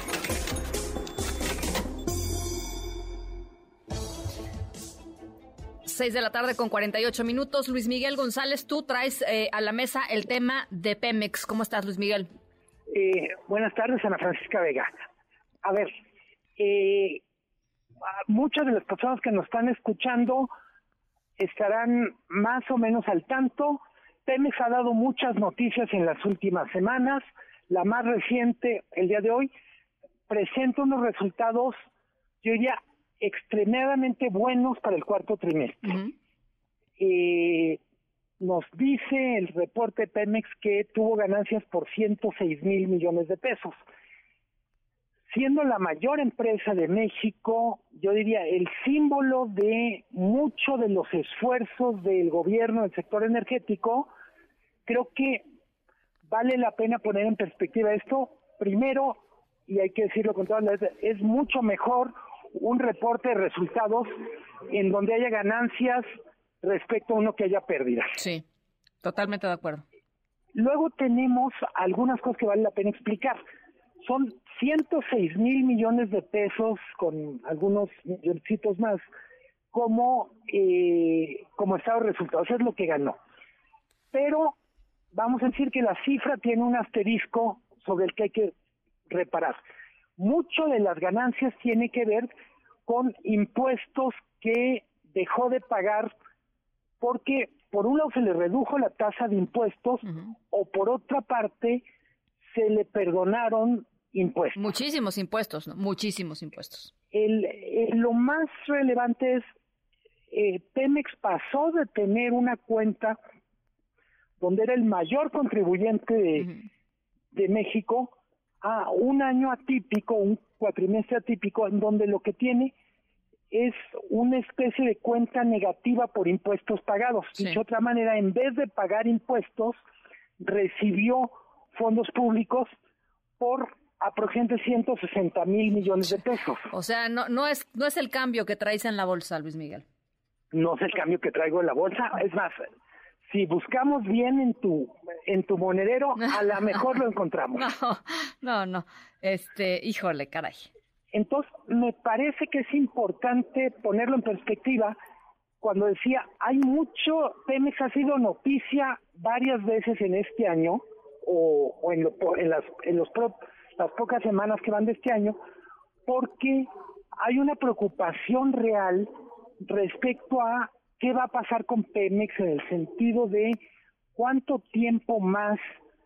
Seis de la tarde con 48 minutos. Luis Miguel González, tú traes a la mesa el tema de Pemex. ¿Cómo estás, Luis Miguel? Buenas tardes, Ana Francisca Vega. A ver, muchas de las personas que nos están escuchando estarán más o menos al tanto. Pemex ha dado muchas noticias en las últimas semanas. La más reciente, el día de hoy, presenta unos resultados, yo diría, extremadamente buenos para el cuarto trimestre. Nos dice el reporte de Pemex que tuvo ganancias por 106 mil millones de pesos. Siendo la mayor empresa de México, yo diría el símbolo de mucho de los esfuerzos del gobierno del sector energético, creo que vale la pena poner en perspectiva esto. Primero, y hay que decirlo con todas las letras, es mucho mejor un reporte de resultados en donde haya ganancias respecto a uno que haya pérdidas. Sí, totalmente de acuerdo. Luego tenemos algunas cosas que vale la pena explicar. Son 106 mil millones de pesos con algunos milloncitos más como estado de resultados. Eso es lo que ganó. Pero vamos a decir que la cifra tiene un asterisco sobre el que hay que reparar. Mucho de las ganancias tiene que ver con impuestos que dejó de pagar porque por un lado se le redujo la tasa de impuestos o por otra parte se le perdonaron impuestos. Muchísimos impuestos, ¿no? Muchísimos impuestos. Lo más relevante es Pemex pasó de tener una cuenta donde era el mayor contribuyente de México a un año atípico, un cuatrimestre atípico, en donde lo que tiene es una especie de cuenta negativa por impuestos pagados. Sí. Dicho de otra manera, en vez de pagar impuestos, recibió fondos públicos por aproximadamente 160 mil millones de pesos. O sea, no es el cambio que traes en la bolsa, Luis Miguel. No es el cambio que traigo en la bolsa. Es más, si buscamos bien en tu monedero, a lo mejor lo encontramos. No. Híjole, caray. Entonces, me parece que es importante ponerlo en perspectiva cuando decía, hay mucho, Pemex ha sido noticia varias veces en este año, o en las pocas semanas que van de este año, porque hay una preocupación real respecto a qué va a pasar con Pemex en el sentido de cuánto tiempo más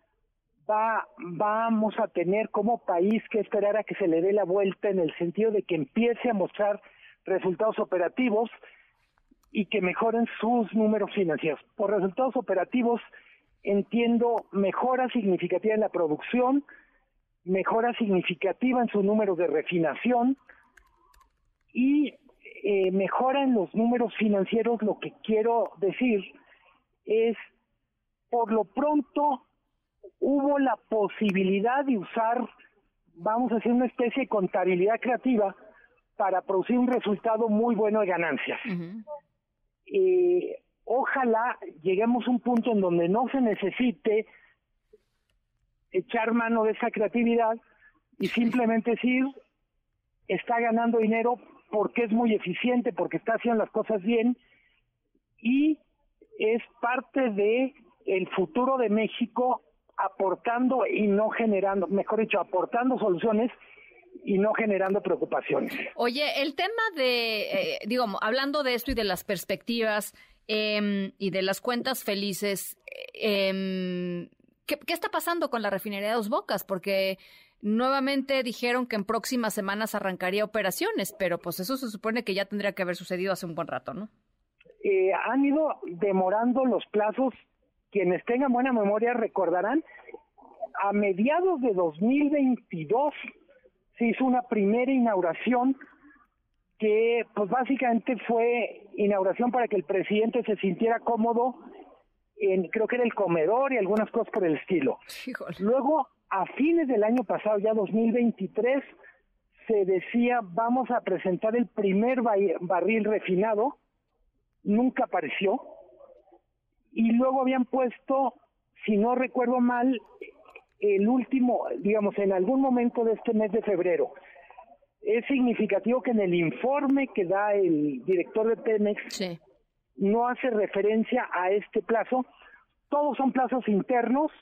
vamos a tener como país que esperar a que se le dé la vuelta en el sentido de que empiece a mostrar resultados operativos y que mejoren sus números financieros. Por resultados operativos entiendo mejora significativa en la producción, mejora significativa en sus números de refinación y mejora en los números financieros. Lo que quiero decir es, por lo pronto, hubo la posibilidad de usar, vamos a decir, una especie de contabilidad creativa para producir un resultado muy bueno de ganancias. Ojalá lleguemos a un punto en donde no se necesite echar mano de esa creatividad y simplemente decir, está ganando dinero porque es muy eficiente, porque está haciendo las cosas bien y es parte de el futuro de México, aportando y no generando, mejor dicho, aportando soluciones y no generando preocupaciones. Oye, el tema de, hablando de esto y de las perspectivas y de las cuentas felices, ¿qué está pasando con la refinería de Dos Bocas? Porque nuevamente dijeron que en próximas semanas arrancaría operaciones, pero pues eso se supone que ya tendría que haber sucedido hace un buen rato, ¿no? Han ido demorando los plazos. Quienes tengan buena memoria recordarán, a mediados de 2022 se hizo una primera inauguración que pues básicamente fue inauguración para que el presidente se sintiera cómodo creo que era el comedor y algunas cosas por el estilo. Híjole. Luego, a fines del año pasado, ya 2023, se decía, vamos a presentar el primer barril refinado, nunca apareció, y luego habían puesto, si no recuerdo mal, el último, digamos, en algún momento de este mes de febrero. Es significativo que en el informe que da el director de Pemex, sí, no hace referencia a este plazo. Todos son plazos internos.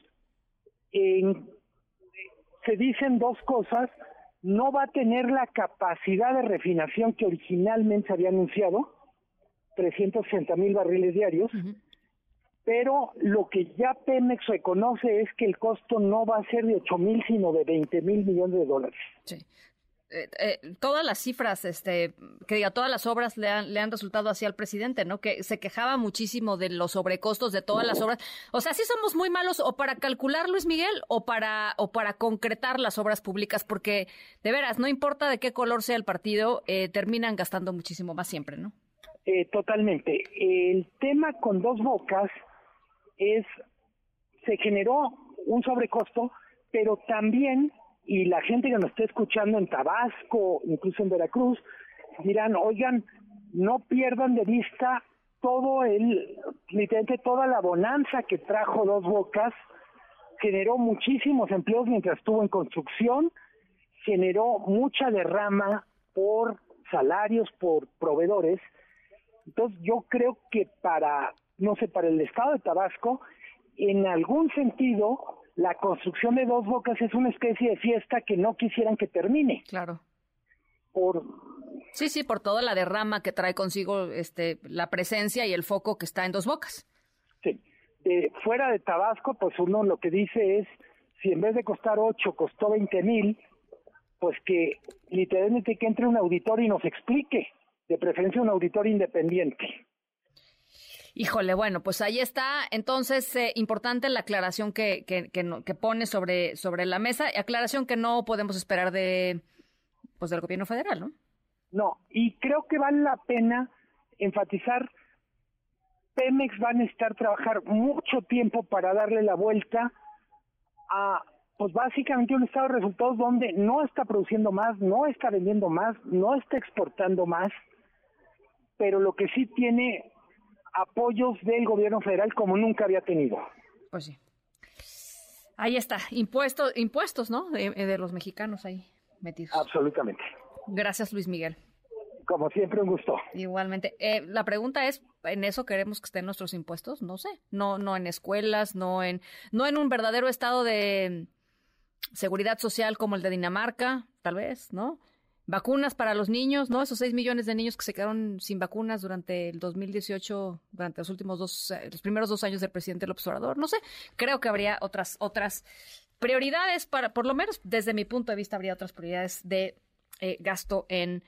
Se dicen dos cosas: no va a tener la capacidad de refinación que originalmente se había anunciado, 360,000 barriles diarios, pero lo que ya Pemex reconoce es que el costo no va a ser de 8,000, sino de 20,000 millones de dólares. Sí. Todas las cifras, todas las obras le han resultado así al presidente, ¿no? Que se quejaba muchísimo de los sobrecostos de todas las obras. O sea, sí somos muy malos o para calcular, Luis Miguel, o para concretar las obras públicas, porque de veras, no importa de qué color sea el partido, terminan gastando muchísimo más siempre, ¿no? Totalmente. El tema con Dos Bocas se generó un sobrecosto, pero también, y la gente que nos está escuchando en Tabasco, incluso en Veracruz, dirán, oigan, no pierdan de vista literalmente toda la bonanza que trajo Dos Bocas. Generó muchísimos empleos mientras estuvo en construcción, generó mucha derrama por salarios, por proveedores. Entonces yo creo que para el estado de Tabasco, en algún sentido, la construcción de Dos Bocas es una especie de fiesta que no quisieran que termine. Claro. Sí, por toda la derrama que trae consigo la presencia y el foco que está en Dos Bocas. Sí. Fuera de Tabasco, pues uno lo que dice es, si en vez de costar 8, costó 20,000, pues que literalmente que entre un auditor y nos explique, de preferencia un auditor independiente. Híjole, bueno, pues ahí está. Entonces, importante la aclaración que pone sobre la mesa, aclaración que no podemos esperar del gobierno federal, ¿no? No, y creo que vale la pena enfatizar, Pemex va a necesitar trabajar mucho tiempo para darle la vuelta a, pues básicamente un estado de resultados donde no está produciendo más, no está vendiendo más, no está exportando más, pero lo que sí tiene apoyos del gobierno federal como nunca había tenido. Pues sí. Ahí está, impuestos, ¿no? De los mexicanos ahí metidos. Absolutamente. Gracias, Luis Miguel. Como siempre, un gusto. Igualmente. La pregunta es, ¿en eso queremos que estén nuestros impuestos? No sé. No en escuelas, no en un verdadero estado de seguridad social como el de Dinamarca, tal vez, ¿no? Vacunas para los niños, ¿no? Esos 6 millones de niños que se quedaron sin vacunas durante el 2018, durante los primeros 2 años del presidente López Obrador. No sé, creo que habría otras prioridades por lo menos desde mi punto de vista, habría otras prioridades de gasto en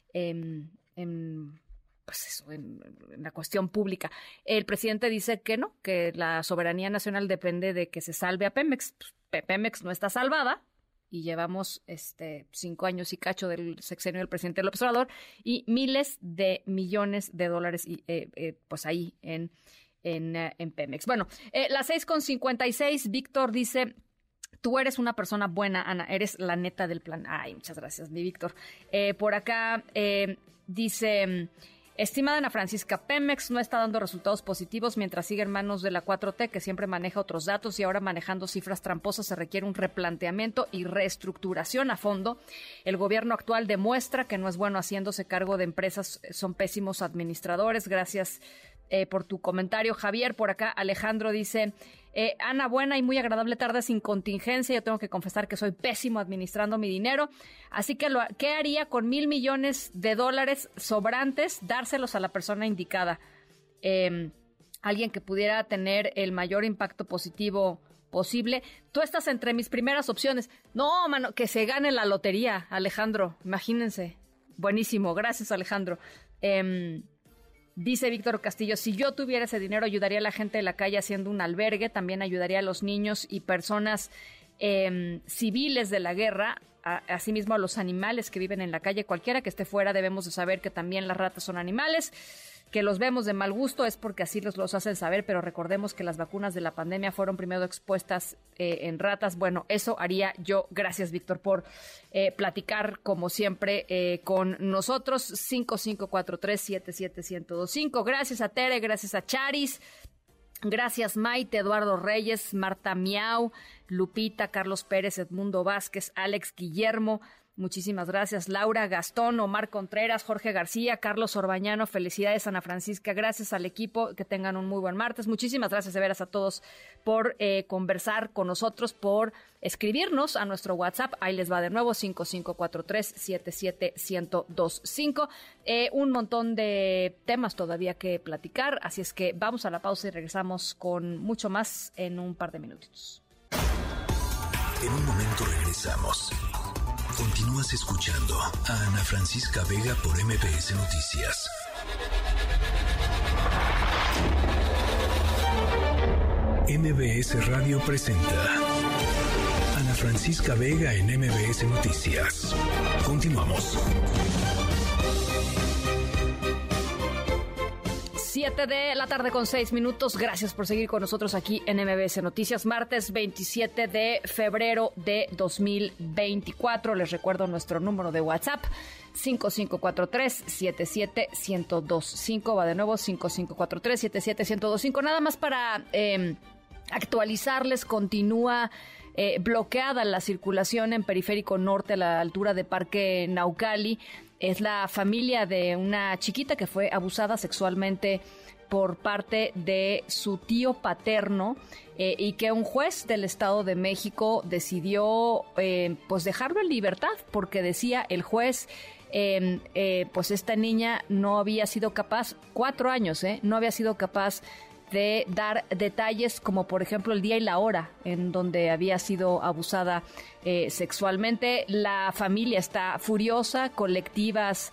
la cuestión pública. El presidente dice que no, que la soberanía nacional depende de que se salve a Pemex. Pemex no está salvada. Y llevamos 5 años y cacho del sexenio del presidente López Obrador y miles de millones de dólares pues ahí en Pemex. Bueno, las 6:56, Víctor dice, tú eres una persona buena, Ana, eres la neta del plan. Ay, muchas gracias, mi Víctor. Por acá dice... Estimada Ana Francisca, Pemex no está dando resultados positivos mientras sigue en manos de la 4T, que siempre maneja otros datos, y ahora manejando cifras tramposas se requiere un replanteamiento y reestructuración a fondo. El gobierno actual demuestra que no es bueno haciéndose cargo de empresas, son pésimos administradores. Gracias por tu comentario, Javier. Por acá Alejandro dice... Ana, buena y muy agradable tarde sin contingencia. Yo tengo que confesar que soy pésimo administrando mi dinero. Así que, ¿qué haría con $1,000 millones de dólares sobrantes? Dárselos a la persona indicada. Alguien que pudiera tener el mayor impacto positivo posible. Tú estás entre mis primeras opciones. No, mano, que se gane la lotería, Alejandro, imagínense. Buenísimo, gracias, Alejandro. Dice Víctor Castillo, si yo tuviera ese dinero ayudaría a la gente de la calle haciendo un albergue, también ayudaría a los niños y personas civiles de la guerra, asimismo a los animales que viven en la calle. Cualquiera que esté fuera debemos de saber que también las ratas son animales, que los vemos de mal gusto es porque así los hacen saber, pero recordemos que las vacunas de la pandemia fueron primero expuestas en ratas. Bueno, eso haría yo. Gracias, Víctor, por platicar, como siempre, con nosotros. 5543-77125. Gracias a Tere, gracias a Charis. Gracias, Maite, Eduardo Reyes, Marta Miau, Lupita, Carlos Pérez, Edmundo Vázquez, Alex Guillermo. Muchísimas gracias, Laura, Gastón, Omar Contreras, Jorge García, Carlos Orbañano. Felicidades, Ana Francisca. Gracias al equipo, que tengan un muy buen martes. Muchísimas gracias de veras a todos por conversar con nosotros, por escribirnos a nuestro WhatsApp. Ahí les va de nuevo, 5543-77125. Un montón de temas todavía que platicar, así es que vamos a la pausa y regresamos con mucho más en un par de minutitos. En un momento regresamos. Continúas escuchando a Ana Francisca Vega por MBS Noticias. MBS Radio presenta Ana Francisca Vega en MBS Noticias. Continuamos. 7 de la tarde con 6 minutos. Gracias por seguir con nosotros aquí en MBS Noticias. Martes 27 de febrero de 2024. Les recuerdo nuestro número de WhatsApp, 5543-77125. Va de nuevo, 5543-77125. Nada más para actualizarles, continúa bloqueada la circulación en Periférico Norte a la altura de Parque Naucali. Es la familia de una chiquita que fue abusada sexualmente por parte de su tío paterno y que un juez del Estado de México decidió pues dejarlo en libertad porque decía el juez pues esta niña no había sido capaz, 4 años, no había sido capaz de dar detalles como por ejemplo el día y la hora en donde había sido abusada sexualmente. La familia está furiosa, colectivas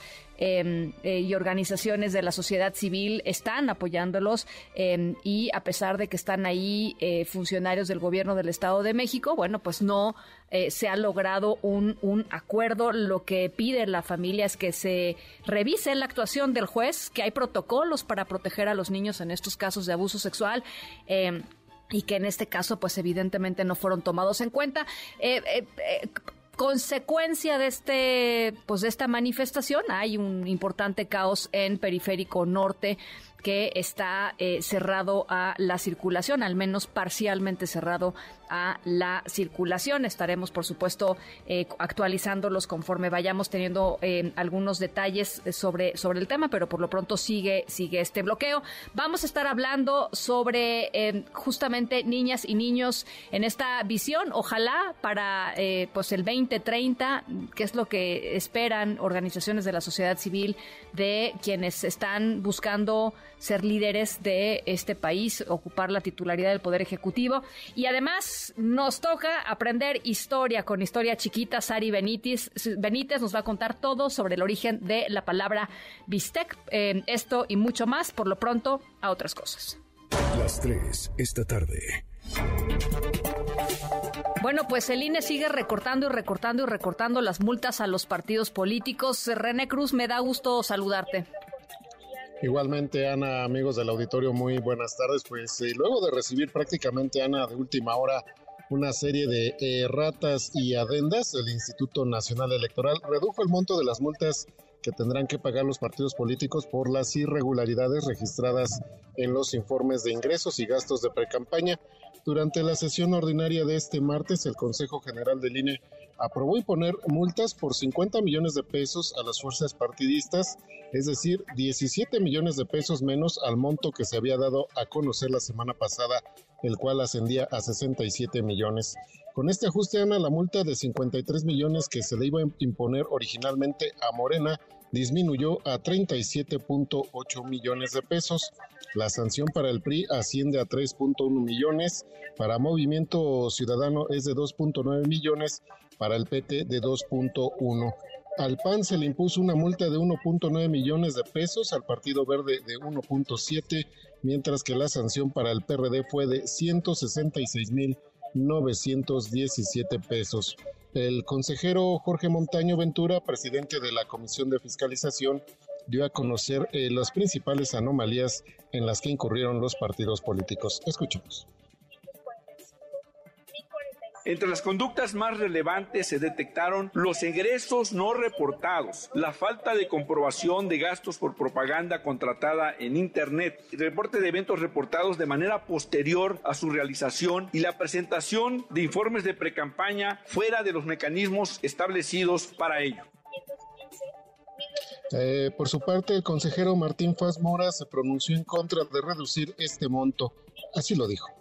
y organizaciones de la sociedad civil están apoyándolos y a pesar de que están ahí funcionarios del gobierno del Estado de México, bueno, pues no se ha logrado un acuerdo. Lo que pide la familia es que se revise la actuación del juez, que hay protocolos para proteger a los niños en estos casos de abuso sexual, y que en este caso, pues evidentemente no fueron tomados en cuenta. Consecuencia de de esta manifestación, hay un importante caos en Periférico Norte que está cerrado a la circulación, al menos parcialmente cerrado a la circulación. Estaremos, por supuesto, actualizándolos conforme vayamos teniendo algunos detalles sobre el tema, pero por lo pronto sigue este bloqueo. Vamos a estar hablando sobre justamente niñas y niños en esta visión, ojalá para pues el 2030, que es lo que esperan organizaciones de la sociedad civil, de quienes están buscando ser líderes de este país, ocupar la titularidad del Poder Ejecutivo. Y además nos toca aprender historia con Historia Chiquita. Sari Benítez nos va a contar todo sobre el origen de la palabra bistec. Esto y mucho más, por lo pronto, a otras cosas. Las 3 esta tarde. Bueno, pues el INE sigue recortando las multas a los partidos políticos. René Cruz, me da gusto saludarte. Igualmente, Ana, amigos del auditorio, muy buenas tardes. Pues luego de recibir prácticamente, Ana, de última hora, una serie de erratas y adendas, el Instituto Nacional Electoral redujo el monto de las multas que tendrán que pagar los partidos políticos por las irregularidades registradas en los informes de ingresos y gastos de precampaña. Durante la sesión ordinaria de este martes, el Consejo General del INE aprobó imponer multas por 50 millones de pesos a las fuerzas partidistas, es decir, 17 millones de pesos menos al monto que se había dado a conocer la semana pasada, el cual ascendía a 67 millones. Con este ajuste, Ana, la multa de 53 millones que se le iba a imponer originalmente a Morena disminuyó a 37.8 millones de pesos. La sanción para el PRI asciende a 3.1 millones, para Movimiento Ciudadano es de 2.9 millones, para el PT de 2.1. Al PAN se le impuso una multa de 1.9 millones de pesos, al Partido Verde de 1.7, mientras que la sanción para el PRD fue de 166,917 pesos. El consejero Jorge Montaño Ventura, presidente de la Comisión de Fiscalización, dio a conocer las principales anomalías en las que incurrieron los partidos políticos. Escuchemos. Entre las conductas más relevantes se detectaron los egresos no reportados, la falta de comprobación de gastos por propaganda contratada en Internet, el reporte de eventos reportados de manera posterior a su realización y la presentación de informes de precampaña fuera de los mecanismos establecidos para ello. Por su parte, el consejero Martín Faz Mora se pronunció en contra de reducir este monto. Así lo dijo.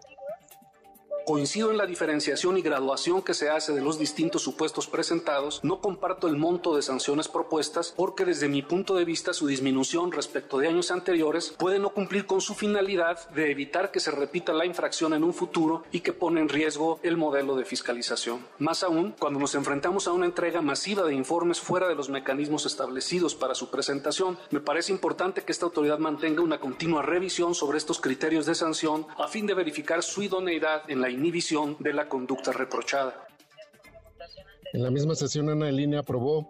Coincido en la diferenciación y graduación que se hace de los distintos supuestos presentados. No comparto el monto de sanciones propuestas porque desde mi punto de vista su disminución respecto de años anteriores puede no cumplir con su finalidad de evitar que se repita la infracción en un futuro y que pone en riesgo el modelo de fiscalización. Más aún, cuando nos enfrentamos a una entrega masiva de informes fuera de los mecanismos establecidos para su presentación, me parece importante que esta autoridad mantenga una continua revisión sobre estos criterios de sanción a fin de verificar su idoneidad en la inhibición de la conducta reprochada. En la misma sesión, Ana Elena aprobó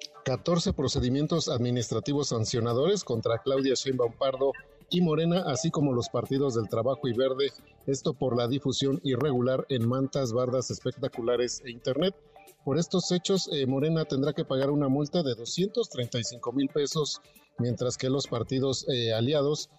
14 procedimientos administrativos sancionadores contra Claudia Sheinbaum Pardo y Morena, así como los partidos del Trabajo y Verde, esto por la difusión irregular en mantas, bardas espectaculares e Internet. Por estos hechos, Morena tendrá que pagar una multa de 235,000 pesos, mientras que los partidos aliados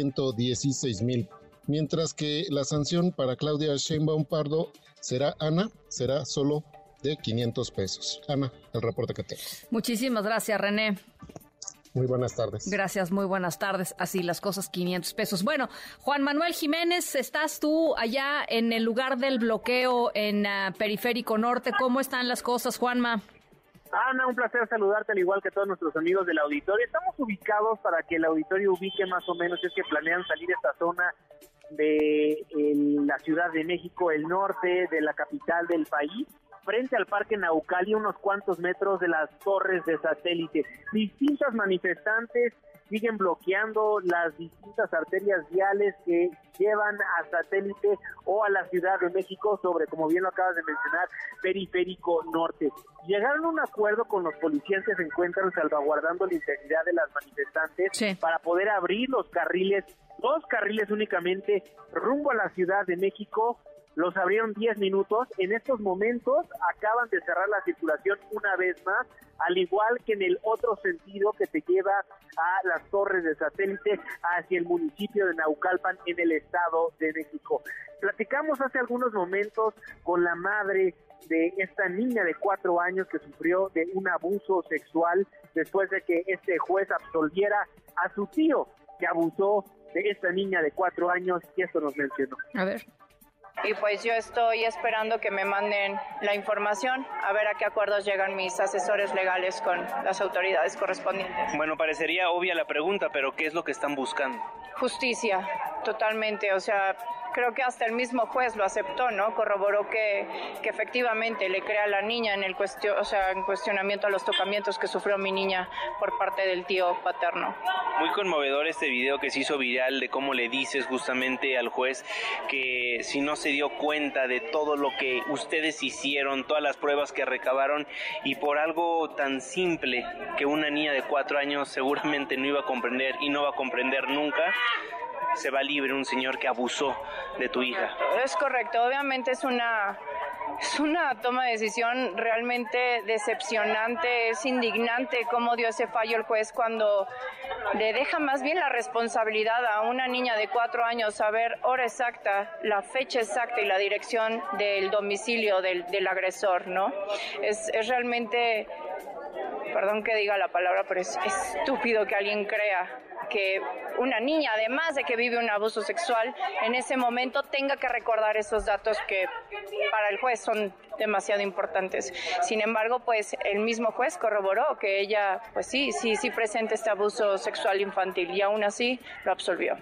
116,000. Mientras que la sanción para Claudia Sheinbaum Pardo será solo de 500 pesos. Ana, el reporte que tengo. Muchísimas gracias, René. Muy buenas tardes. Gracias, muy buenas tardes. Así las cosas, 500 pesos. Bueno, Juan Manuel Jiménez, estás tú allá en el lugar del bloqueo en Periférico Norte. ¿Cómo están las cosas, Juanma? Ana, un placer saludarte al igual que todos nuestros amigos del auditorio. Estamos ubicados para que el auditorio ubique más o menos, es que planean salir de esta zona de la Ciudad de México, el norte de la capital del país, frente al Parque Naucali, unos cuantos metros de las torres de satélite. Distintas manifestantes siguen bloqueando las distintas arterias viales que llevan a satélite o a la Ciudad de México sobre, como bien lo acabas de mencionar, Periférico Norte. Llegaron a un acuerdo con los policías que se encuentran salvaguardando la integridad de las manifestantes para poder abrir los carriles, 2 carriles únicamente rumbo a la Ciudad de México. Los abrieron 10 minutos. En estos momentos acaban de cerrar la circulación una vez más, al igual que en el otro sentido que te lleva a las torres de satélite hacia el municipio de Naucalpan en el Estado de México. Platicamos hace algunos momentos con la madre de esta niña de 4 años que sufrió de un abuso sexual después de que este juez absolviera a su tío que abusó de esta niña de 4 años, y esto nos mencionó. A ver. Y pues yo estoy esperando que me manden la información, a ver a qué acuerdos llegan mis asesores legales con las autoridades correspondientes. Bueno, parecería obvia la pregunta, pero ¿qué es lo que están buscando? Justicia, totalmente, o sea, creo que hasta el mismo juez lo aceptó, ¿no? Corroboró que efectivamente le crea a la niña en cuestionamiento a los tocamientos que sufrió mi niña por parte del tío paterno. Muy conmovedor este video que se hizo viral de cómo le dices justamente al juez que si no se dio cuenta de todo lo que ustedes hicieron, todas las pruebas que recabaron y por algo tan simple que una niña de 4 años seguramente no iba a comprender y no va a comprender nunca, se va libre un señor que abusó de tu hija. Es correcto, obviamente es una toma de decisión realmente decepcionante, es indignante cómo dio ese fallo el juez cuando le deja más bien la responsabilidad a una niña de 4 años saber hora exacta, la fecha exacta y la dirección del domicilio del agresor, ¿no? Es realmente, perdón que diga la palabra, pero es estúpido que alguien crea que una niña, además de que vive un abuso sexual, en ese momento tenga que recordar esos datos que para el juez son demasiado importantes. Sin embargo, pues el mismo juez corroboró que ella, pues sí presenta este abuso sexual infantil y aún así lo absolvió.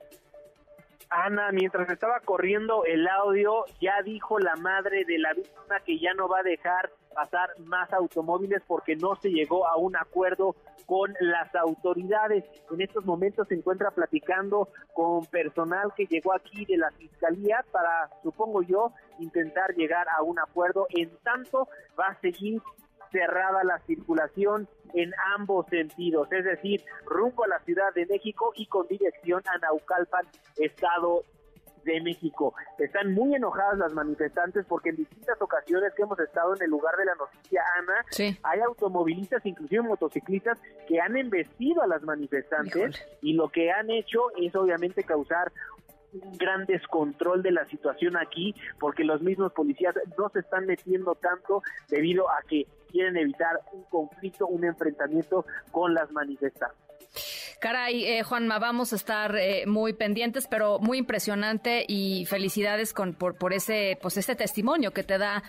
Ana, mientras estaba corriendo el audio, ya dijo la madre de la víctima que ya no va a dejar pasar más automóviles porque no se llegó a un acuerdo con las autoridades. En estos momentos se encuentra platicando con personal que llegó aquí de la fiscalía para, supongo yo, intentar llegar a un acuerdo. En tanto, va a seguir cerrada la circulación en ambos sentidos, es decir, rumbo a la Ciudad de México y con dirección a Naucalpan, Estado de México. Están muy enojadas las manifestantes porque en distintas ocasiones que hemos estado en el lugar de la noticia, Ana, hay automovilistas, inclusive motociclistas, que han embestido a las manifestantes y lo que han hecho es obviamente causar un gran descontrol de la situación aquí, porque los mismos policías no se están metiendo tanto debido a que quieren evitar un conflicto, un enfrentamiento con las manifestantes. Caray, Juanma, vamos a estar muy pendientes, pero muy impresionante, y felicidades por ese testimonio que te da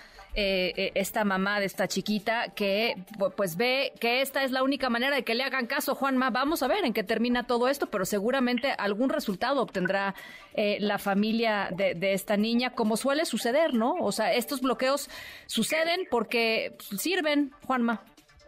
esta mamá de esta chiquita que pues ve que esta es la única manera de que le hagan caso. Juanma, vamos a ver en qué termina todo esto, pero seguramente algún resultado obtendrá la familia de esta niña, como suele suceder, ¿no? O sea, estos bloqueos suceden porque sirven, Juanma.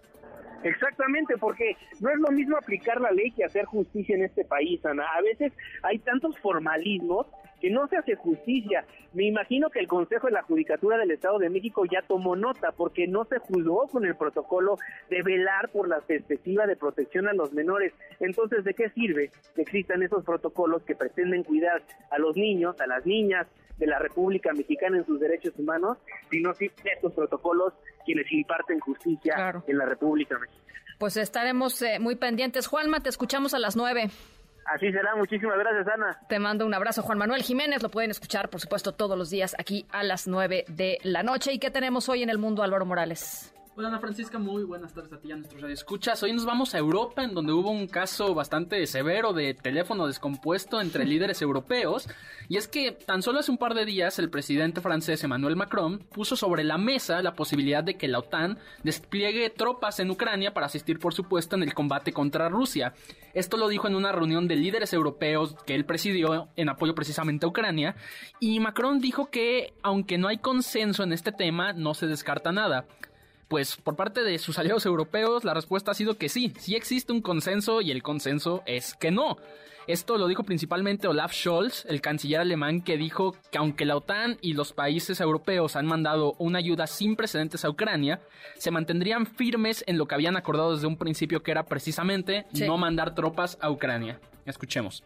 Exactamente, porque no es lo mismo aplicar la ley que hacer justicia en este país, Ana. A veces hay tantos formalismos que no se hace justicia. Me imagino que el Consejo de la Judicatura del Estado de México ya tomó nota, porque no se juzgó con el protocolo de velar por la perspectiva de protección a los menores. Entonces, ¿de qué sirve que existan esos protocolos que pretenden cuidar a los niños, a las niñas de la República Mexicana en sus derechos humanos, si no existen estos protocolos quienes imparten justicia en la República Mexicana? Pues estaremos muy pendientes. Juanma, te escuchamos a las 9. Así será, muchísimas gracias, Ana. Te mando un abrazo, Juan Manuel Jiménez. Lo pueden escuchar, por supuesto, todos los días aquí a las 9 de la noche. ¿Y qué tenemos hoy en el mundo, Álvaro Morales? Hola, Ana Francisca, muy buenas tardes a ti y a nuestros radioescuchas. Hoy nos vamos a Europa, en donde hubo un caso bastante severo de teléfono descompuesto entre líderes europeos. Y es que tan solo hace un par de días el presidente francés Emmanuel Macron puso sobre la mesa la posibilidad de que la OTAN despliegue tropas en Ucrania para asistir, por supuesto, en el combate contra Rusia. Esto lo dijo en una reunión de líderes europeos que él presidió en apoyo precisamente a Ucrania. Y Macron dijo que, aunque no hay consenso en este tema, no se descarta nada. Pues por parte de sus aliados europeos la respuesta ha sido que sí existe un consenso, y el consenso es que no. Esto lo dijo principalmente Olaf Scholz, el canciller alemán, que dijo que aunque la OTAN y los países europeos han mandado una ayuda sin precedentes a Ucrania, se mantendrían firmes en lo que habían acordado desde un principio, que era precisamente no mandar tropas a Ucrania. Escuchemos.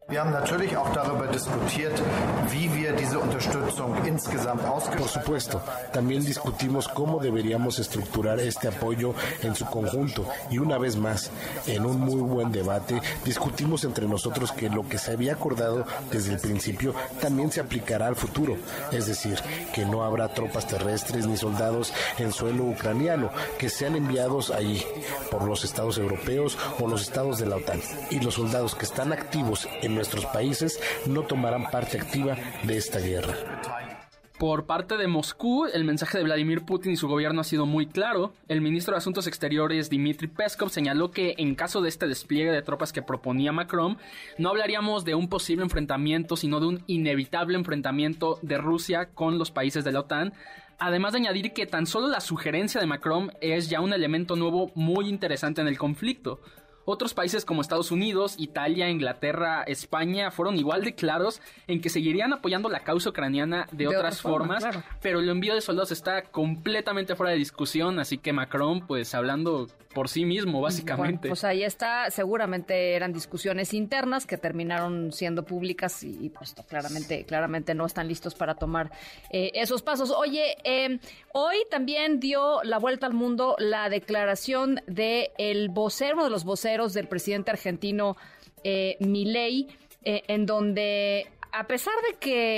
Por supuesto, también discutimos cómo deberíamos estructurar este apoyo en su conjunto, y una vez más, en un muy buen debate, discutimos entre nosotros que lo que se había acordado desde el principio también se aplicará al futuro, es decir, que no habrá tropas terrestres ni soldados en suelo ucraniano que sean enviados allí por los estados europeos o los estados de la OTAN, y los soldados que están activos en nuestros países no tomarán parte activa de esta guerra. Por parte de Moscú, el mensaje de Vladimir Putin y su gobierno ha sido muy claro. El ministro de Asuntos Exteriores, Dmitry Peskov, señaló que en caso de este despliegue de tropas que proponía Macron, no hablaríamos de un posible enfrentamiento, sino de un inevitable enfrentamiento de Rusia con los países de la OTAN. Además de añadir que tan solo la sugerencia de Macron es ya un elemento nuevo muy interesante en el conflicto. Otros países como Estados Unidos, Italia, Inglaterra, España fueron igual de claros en que seguirían apoyando la causa ucraniana de otras formas, pero el envío de soldados está completamente fuera de discusión, así que Macron, pues hablando por sí mismo, básicamente. Bueno, pues ahí está, seguramente eran discusiones internas que terminaron siendo públicas y pues claramente no están listos para tomar esos pasos. Oye, hoy también dio la vuelta al mundo la declaración de uno de los voceros del presidente argentino Milei, en donde, a pesar de que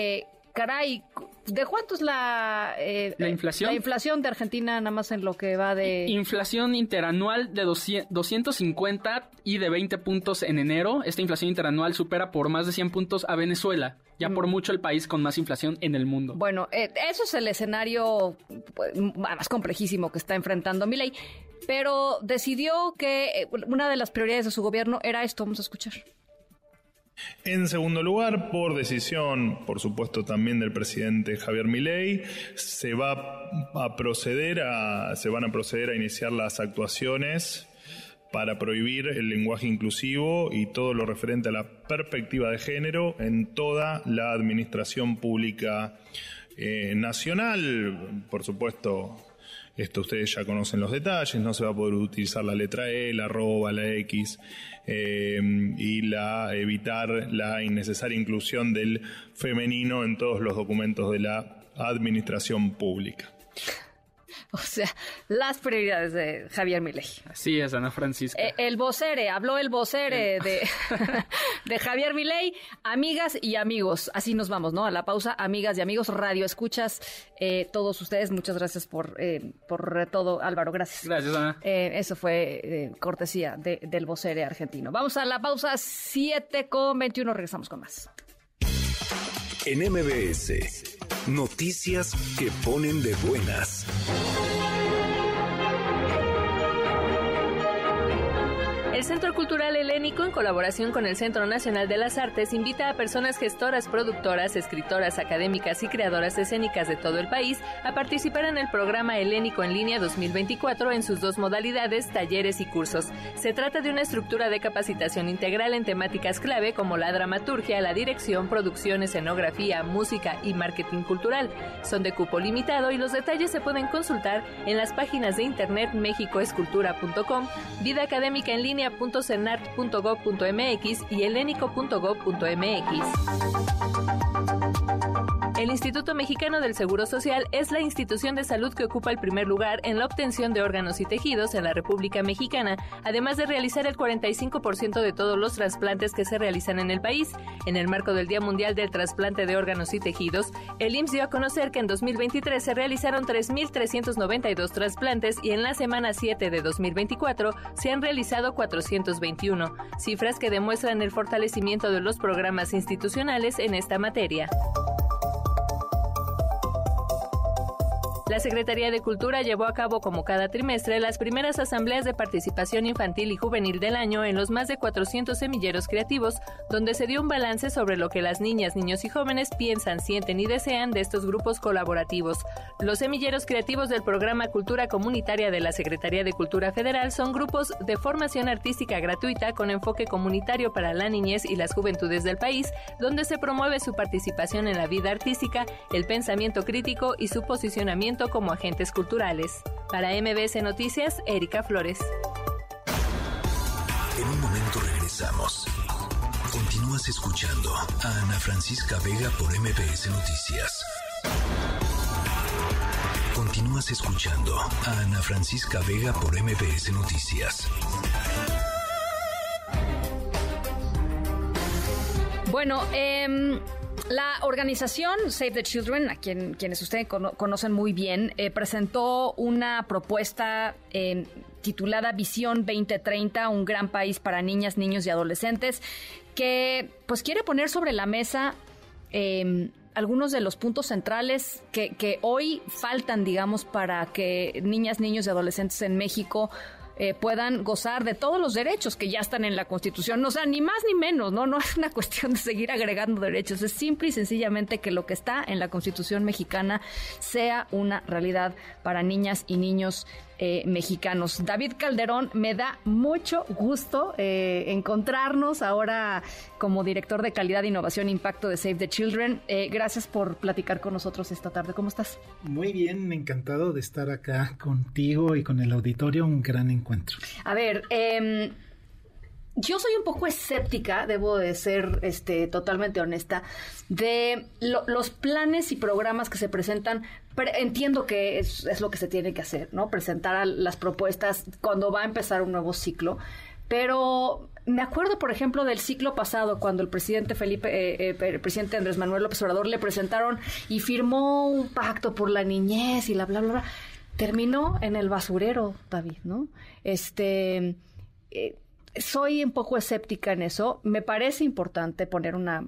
caray, ¿de cuánto es la inflación? La inflación de Argentina, nada más en lo que va de... Inflación interanual de 250 y de 20 puntos en enero. Esta inflación interanual supera por más de 100 puntos a Venezuela. Ya por mucho el país con más inflación en el mundo. Bueno, eso es el escenario más complejísimo que está enfrentando Milei. Pero decidió que una de las prioridades de su gobierno era esto. Vamos a escuchar. En segundo lugar, por decisión, por supuesto, también del presidente Javier Milei, se van a proceder a iniciar las actuaciones para prohibir el lenguaje inclusivo y todo lo referente a la perspectiva de género en toda la administración pública nacional. Por supuesto, esto ustedes ya conocen los detalles, no se va a poder utilizar la letra E, la arroba, la X y evitar la innecesaria inclusión del femenino en todos los documentos de la administración pública. O sea, las prioridades de Javier Milei. Así es, Ana Francisca. Habló el vocere de Javier Milei. Amigas y amigos, así nos vamos, ¿no? A la pausa, amigas y amigos, radio escuchas, todos ustedes, muchas gracias por todo, Álvaro, gracias. Gracias, Ana. Eso fue cortesía del vocere argentino. Vamos a la pausa, 7:21, regresamos con más. En MBS, noticias que ponen de buenas. El Centro Cultural Helénico, en colaboración con el Centro Nacional de las Artes, invita a personas gestoras, productoras, escritoras, académicas y creadoras escénicas de todo el país a participar en el programa Helénico en Línea 2024 en sus dos modalidades, talleres y cursos. Se trata de una estructura de capacitación integral en temáticas clave como la dramaturgia, la dirección, producción, escenografía, música y marketing cultural. Son de cupo limitado y los detalles se pueden consultar en las páginas de internet mexicoescultura.com, vida académica en línea .cenart.gov.mx y helénico.gov.mx. El Instituto Mexicano del Seguro Social es la institución de salud que ocupa el primer lugar en la obtención de órganos y tejidos en la República Mexicana, además de realizar el 45% de todos los trasplantes que se realizan en el país. En el marco del Día Mundial del Trasplante de Órganos y Tejidos, el IMSS dio a conocer que en 2023 se realizaron 3.392 trasplantes y en la semana 7 de 2024 se han realizado 421, cifras que demuestran el fortalecimiento de los programas institucionales en esta materia. La Secretaría de Cultura llevó a cabo, como cada trimestre, las primeras asambleas de participación infantil y juvenil del año en los más de 400 semilleros creativos, donde se dio un balance sobre lo que las niñas, niños y jóvenes piensan, sienten y desean de estos grupos colaborativos. Los semilleros creativos del programa Cultura Comunitaria de la Secretaría de Cultura Federal son grupos de formación artística gratuita con enfoque comunitario para la niñez y las juventudes del país, donde se promueve su participación en la vida artística, el pensamiento crítico y su posicionamiento como agentes culturales. Para MBS Noticias, Erika Flores. En un momento regresamos. Continúas escuchando a Ana Francisca Vega por MBS Noticias. Continúas escuchando a Ana Francisca Vega por MBS Noticias. Bueno, la organización Save the Children, a quienes ustedes conocen muy bien, presentó una propuesta titulada Visión 2030, un gran país para niñas, niños y adolescentes, que pues quiere poner sobre la mesa algunos de los puntos centrales que hoy faltan, digamos, para que niñas, niños y adolescentes en México puedan gozar de todos los derechos que ya están en la Constitución. O sea, ni más ni menos, no es una cuestión de seguir agregando derechos, es simple y sencillamente que lo que está en la Constitución mexicana sea una realidad para niñas y niños mexicanos. David Calderón, me da mucho gusto encontrarnos ahora como director de Calidad, Innovación e Impacto de Save the Children. Gracias por platicar con nosotros esta tarde. ¿Cómo estás? Muy bien, encantado de estar acá contigo y con el auditorio, un gran encuentro. A ver, yo soy un poco escéptica, debo de ser totalmente honesta, de los planes y programas que se presentan. Entiendo que es lo que se tiene que hacer, ¿no? Presentar las propuestas cuando va a empezar un nuevo ciclo. pero me acuerdo, por ejemplo, del ciclo pasado, cuando el presidente el presidente Andrés Manuel López Obrador le presentaron y firmó un pacto por la niñez y la bla, bla, bla. Terminó en el basurero, David, ¿no? Soy un poco escéptica en eso. Me parece importante poner un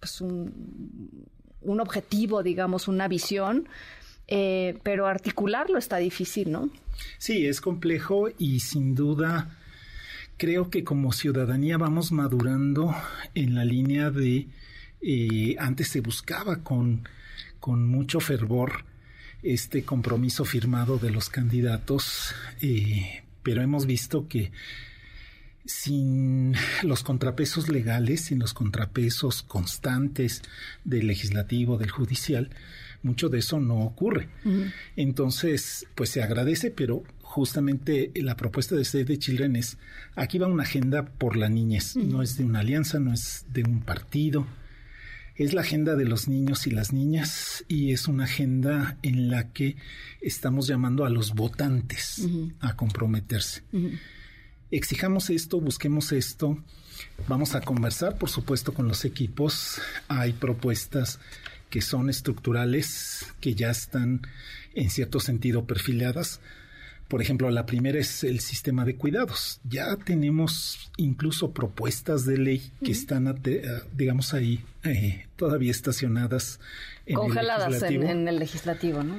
objetivo, digamos, una visión, pero articularlo está difícil, ¿no? Sí, es complejo y sin duda creo que como ciudadanía vamos madurando en la línea de antes se buscaba con mucho fervor este compromiso firmado de los candidatos, pero hemos visto que sin los contrapesos legales, sin los contrapesos constantes del legislativo, del judicial, mucho de eso no ocurre. Uh-huh. Entonces, pues se agradece, pero justamente la propuesta de Save the Children es, aquí va una agenda por la niñez, uh-huh. No es de una alianza, no es de un partido, es la agenda de los niños y las niñas y es una agenda en la que estamos llamando a los votantes uh-huh. a comprometerse. Uh-huh. Exijamos esto, busquemos esto, vamos a conversar, por supuesto, con los equipos. Hay propuestas que son estructurales, que ya están en cierto sentido perfiladas. Por ejemplo, la primera es el sistema de cuidados. Ya tenemos incluso propuestas de ley que están, digamos, ahí todavía estacionadas congeladas en el legislativo, ¿no?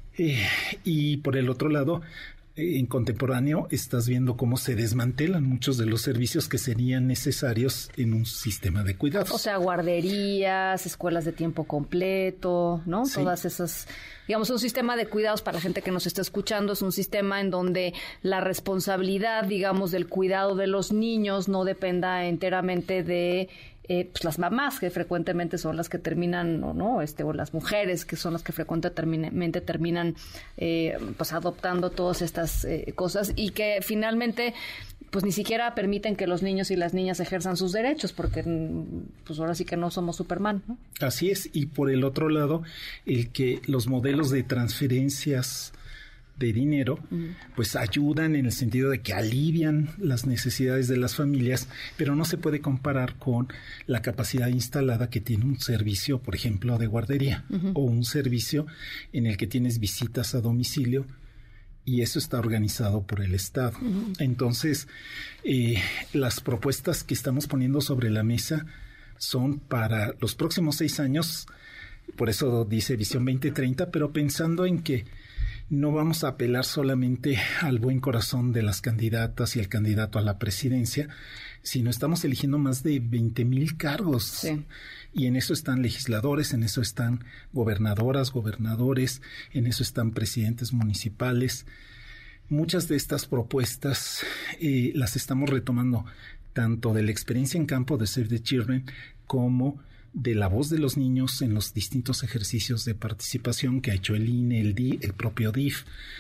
Y por el otro lado, en contemporáneo estás viendo cómo se desmantelan muchos de los servicios que serían necesarios en un sistema de cuidados. O sea, guarderías, escuelas de tiempo completo, ¿no? Sí. Todas esas, digamos, un sistema de cuidados para la gente que nos está escuchando es un sistema en donde la responsabilidad, digamos, del cuidado de los niños no dependa enteramente de pues las mamás, que frecuentemente son las que terminan, o las mujeres, que son las que frecuentemente terminan pues adoptando todas estas cosas, y que finalmente pues ni siquiera permiten que los niños y las niñas ejerzan sus derechos, porque pues ahora sí que no somos Superman, ¿no? Así es, y por el otro lado, el que los modelos de transferencias de dinero, pues ayudan en el sentido de que alivian las necesidades de las familias, pero no se puede comparar con la capacidad instalada que tiene un servicio, por ejemplo, de guardería, o un servicio en el que tienes visitas a domicilio, y eso está organizado por el Estado. Entonces, las propuestas que estamos poniendo sobre la mesa son para los próximos 6 años, por eso dice Visión 2030, pero pensando en que no vamos a apelar solamente al buen corazón de las candidatas y el candidato a la presidencia, sino estamos eligiendo más de 20,000 cargos. Sí. Y en eso están legisladores, en eso están gobernadoras, gobernadores, en eso están presidentes municipales. Muchas de estas propuestas las estamos retomando tanto de la experiencia en campo de Save the Children como de la voz de los niños en los distintos ejercicios de participación que ha hecho el INE, el propio DIF,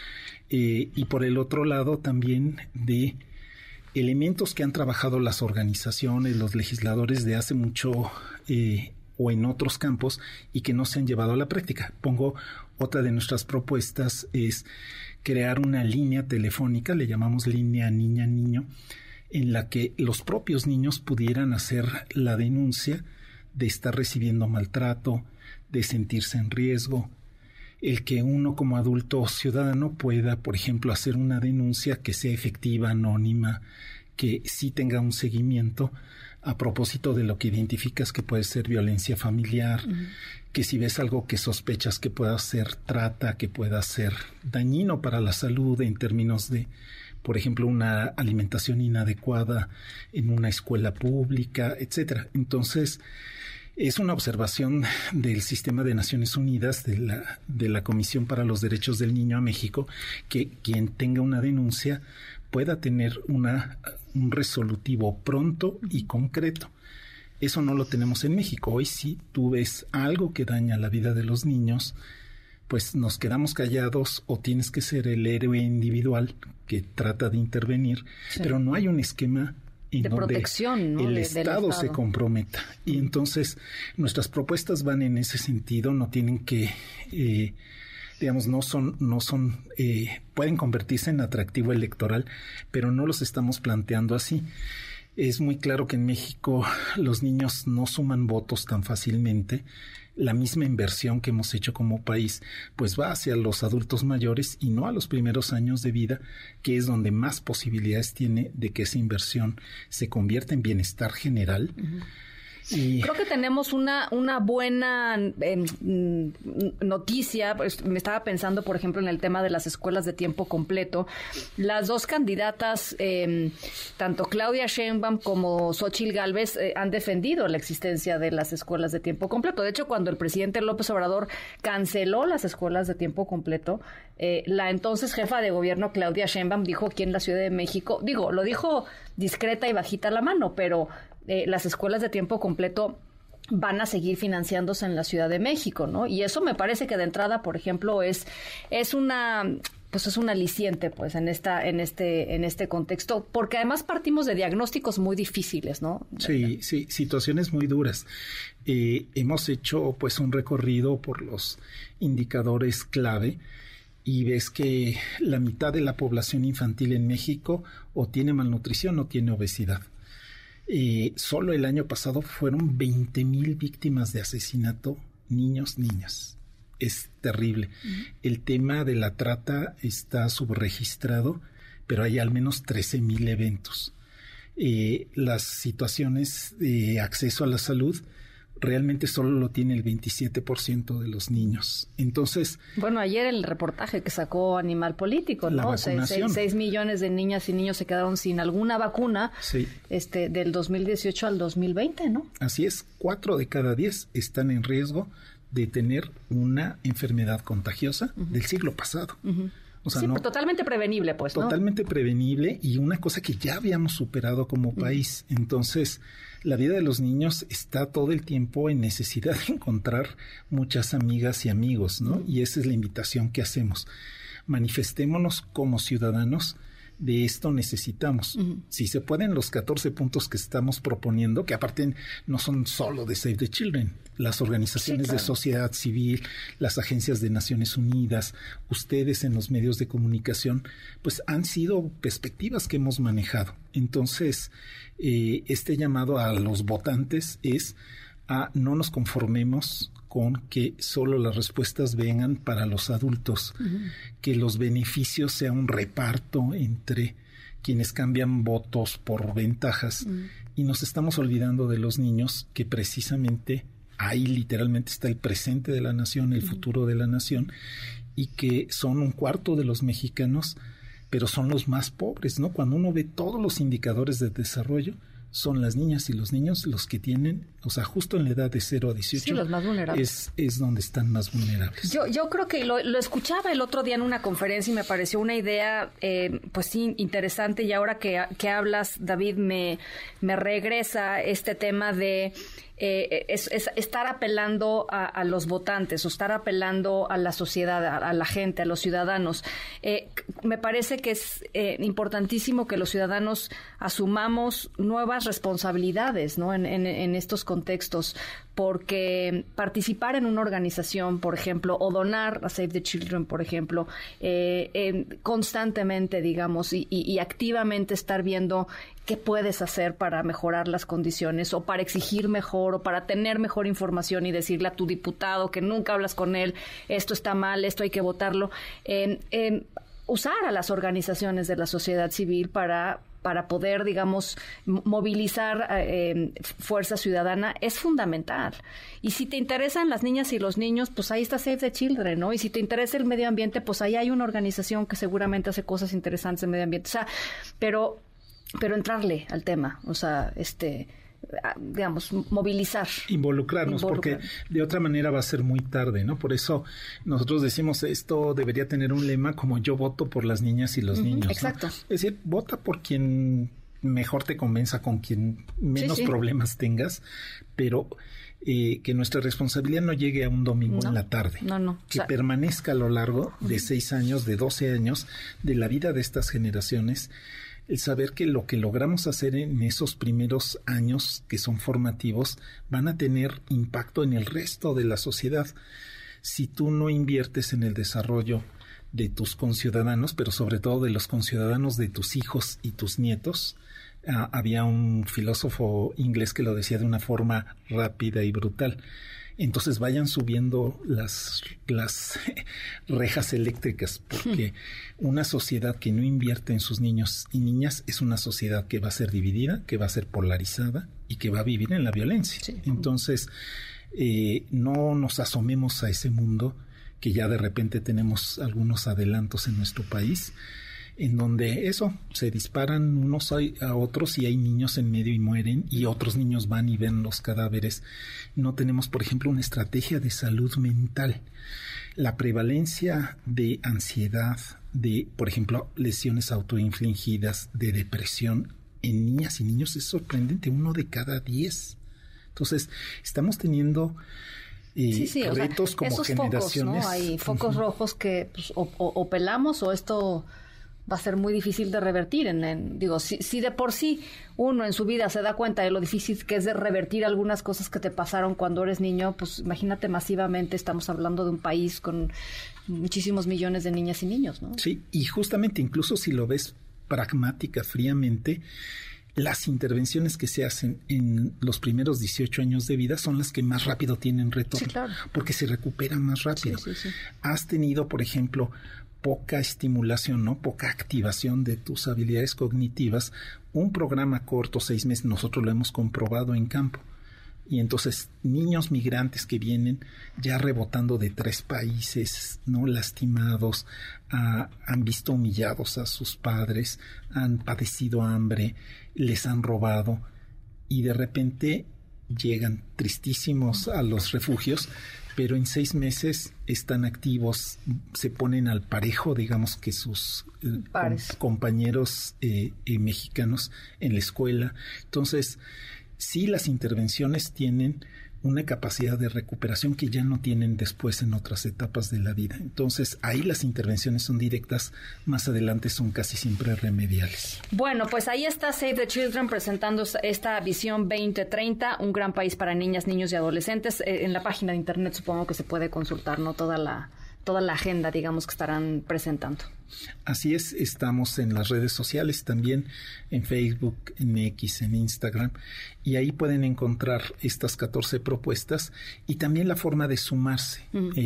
y por el otro lado también de elementos que han trabajado las organizaciones, los legisladores de hace mucho o en otros campos y que no se han llevado a la práctica. Pongo otra de nuestras propuestas, es crear una línea telefónica, le llamamos línea niña-niño, en la que los propios niños pudieran hacer la denuncia de estar recibiendo maltrato, de sentirse en riesgo, el que uno como adulto ciudadano pueda, por ejemplo, hacer una denuncia que sea efectiva, anónima, que sí tenga un seguimiento a propósito de lo que identificas que puede ser violencia familiar, que si ves algo que sospechas que pueda ser trata, que pueda ser dañino para la salud en términos de, por ejemplo, una alimentación inadecuada en una escuela pública, etcétera. Entonces, es una observación del Sistema de Naciones Unidas, de la Comisión para los Derechos del Niño a México, que quien tenga una denuncia pueda tener un resolutivo pronto y concreto. Eso no lo tenemos en México. Hoy si tú ves algo que daña la vida de los niños, pues nos quedamos callados o tienes que ser el héroe individual que trata de intervenir, sí. Pero no hay un esquema en de donde protección, ¿no? el Estado se comprometa. Y entonces nuestras propuestas van en ese sentido, no tienen que digamos, no son pueden convertirse en atractivo electoral, pero no los estamos planteando así. Es muy claro que en México los niños no suman votos tan fácilmente. La misma inversión que hemos hecho como país pues va hacia los adultos mayores y no a los primeros años de vida, que es donde más posibilidades tiene de que esa inversión se convierta en bienestar general. Uh-huh. Creo que tenemos una buena noticia. Pues me estaba pensando, por ejemplo, en el tema de las escuelas de tiempo completo. Las dos candidatas, tanto Claudia Sheinbaum como Xóchitl Gálvez, han defendido la existencia de las escuelas de tiempo completo. De hecho, cuando el presidente López Obrador canceló las escuelas de tiempo completo, la entonces jefa de gobierno Claudia Sheinbaum dijo aquí en la Ciudad de México, lo dijo discreta y bajita la mano, pero las escuelas de tiempo completo van a seguir financiándose en la Ciudad de México, ¿no? Y eso me parece que de entrada, por ejemplo, es un aliciente, pues, en este contexto, porque además partimos de diagnósticos muy difíciles, ¿no? Sí, situaciones muy duras. Hemos hecho, pues, un recorrido por los indicadores clave y ves que la mitad de la población infantil en México o tiene malnutrición o tiene obesidad. Solo el año pasado fueron 20,000 víctimas de asesinato, niñas. Es terrible. El tema de la trata está subregistrado, pero hay al menos 13,000 eventos. Las situaciones de acceso a la salud realmente solo lo tiene el 27% de los niños. Entonces... Bueno, ayer el reportaje que sacó Animal Político, ¿no? La vacunación. 6 millones de niñas y niños se quedaron sin alguna vacuna del 2018 al 2020, ¿no? Así es, 4 de cada 10 están en riesgo de tener una enfermedad contagiosa del siglo pasado. Uh-huh. O sea, totalmente prevenible, pues, ¿no? Totalmente prevenible y una cosa que ya habíamos superado como país. Entonces, la vida de los niños está todo el tiempo en necesidad de encontrar muchas amigas y amigos, ¿no? Y esa es la invitación que hacemos. Manifestémonos como ciudadanos. De esto necesitamos. Uh-huh. Si se pueden, los 14 puntos que estamos proponiendo, que aparte no son solo de Save the Children, las organizaciones de sociedad civil, las agencias de Naciones Unidas, ustedes en los medios de comunicación, pues han sido perspectivas que hemos manejado. Entonces, este llamado a los votantes es a no nos conformemos con que solo las respuestas vengan para los adultos, que los beneficios sean un reparto entre quienes cambian votos por ventajas, y nos estamos olvidando de los niños, que precisamente ahí literalmente está el presente de la nación, el futuro de la nación, y que son 1/4 de los mexicanos, pero son los más pobres, ¿no? Cuando uno ve todos los indicadores de desarrollo, son las niñas y los niños los que tienen, o sea, justo en la edad de 0 a 18, los más vulnerables. Es donde están más vulnerables. Yo creo que lo escuchaba el otro día en una conferencia y me pareció una idea, pues sí, interesante, y ahora que hablas, David, me regresa este tema de es estar apelando a los votantes o estar apelando a la sociedad, a la gente, a los ciudadanos. Me parece que es importantísimo que los ciudadanos asumamos nuevas responsabilidades, ¿no? En estos contextos, porque participar en una organización, por ejemplo, o donar a Save the Children, por ejemplo, constantemente, digamos, y activamente estar viendo qué puedes hacer para mejorar las condiciones o para exigir mejor o para tener mejor información y decirle a tu diputado que nunca hablas con él, esto está mal, esto hay que votarlo. Usar a las organizaciones de la sociedad civil para poder, digamos, movilizar fuerza ciudadana es fundamental. Y si te interesan las niñas y los niños, pues ahí está Save the Children, ¿no? Y si te interesa el medio ambiente, pues ahí hay una organización que seguramente hace cosas interesantes en medio ambiente. O sea, pero entrarle al tema, o sea, digamos, movilizar. Involucrarnos, porque de otra manera va a ser muy tarde, ¿no? Por eso nosotros decimos, esto debería tener un lema como yo voto por las niñas y los niños. Exacto. ¿No? Es decir, vota por quien mejor te convenza, con quien menos problemas tengas, pero que nuestra responsabilidad no llegue a un domingo en la tarde. No. Que permanezca a lo largo de 6 años, de 12 años, de la vida de estas generaciones, el saber que lo que logramos hacer en esos primeros años que son formativos van a tener impacto en el resto de la sociedad. si tú no inviertes en el desarrollo de tus conciudadanos, pero sobre todo de los conciudadanos de tus hijos y tus nietos. Había un filósofo inglés que lo decía de una forma rápida y brutal. Entonces vayan subiendo las rejas eléctricas, porque una sociedad que no invierte en sus niños y niñas es una sociedad que va a ser dividida, que va a ser polarizada y que va a vivir en la violencia. Sí. Entonces, no nos asomemos a ese mundo que ya de repente tenemos algunos adelantos en nuestro país, en donde se disparan unos a otros y hay niños en medio y mueren, y otros niños van y ven los cadáveres. No tenemos, por ejemplo, una estrategia de salud mental. La prevalencia de ansiedad, de, por ejemplo, lesiones autoinfligidas, de depresión en niñas y niños es sorprendente, 1 de cada 10. Entonces, estamos teniendo retos, o sea, como esos generaciones. Focos, ¿no? Hay focos rojos que pues, o pelamos, o esto va a ser muy difícil de revertir. Si de por sí uno en su vida se da cuenta de lo difícil que es de revertir algunas cosas que te pasaron cuando eres niño, pues imagínate masivamente, estamos hablando de un país con muchísimos millones de niñas y niños, ¿no? Sí, y justamente incluso si lo ves pragmática, fríamente, las intervenciones que se hacen en los primeros 18 años de vida son las que más rápido tienen retorno, claro, porque se recuperan más rápido. Sí. Has tenido, por ejemplo, poca estimulación, ¿no? Poca activación de tus habilidades cognitivas. Un programa corto, 6 meses, nosotros lo hemos comprobado en campo. Y entonces, niños migrantes que vienen ya rebotando de 3 países, ¿no? Lastimados, han visto humillados a sus padres, han padecido hambre, les han robado, y de repente llegan tristísimos a los refugios, pero en 6 meses están activos, se ponen al parejo, digamos, que sus compañeros mexicanos en la escuela. Entonces, sí, las intervenciones tienen una capacidad de recuperación que ya no tienen después en otras etapas de la vida. Entonces, ahí las intervenciones son directas, más adelante son casi siempre remediales. Bueno, pues ahí está Save the Children presentando esta visión 2030, un gran país para niñas, niños y adolescentes. En la página de internet supongo que se puede consultar, ¿no? Toda la agenda, digamos, que estarán presentando. Así es, estamos en las redes sociales también, en Facebook, en X, en Instagram, y ahí pueden encontrar estas 14 propuestas y también la forma de sumarse.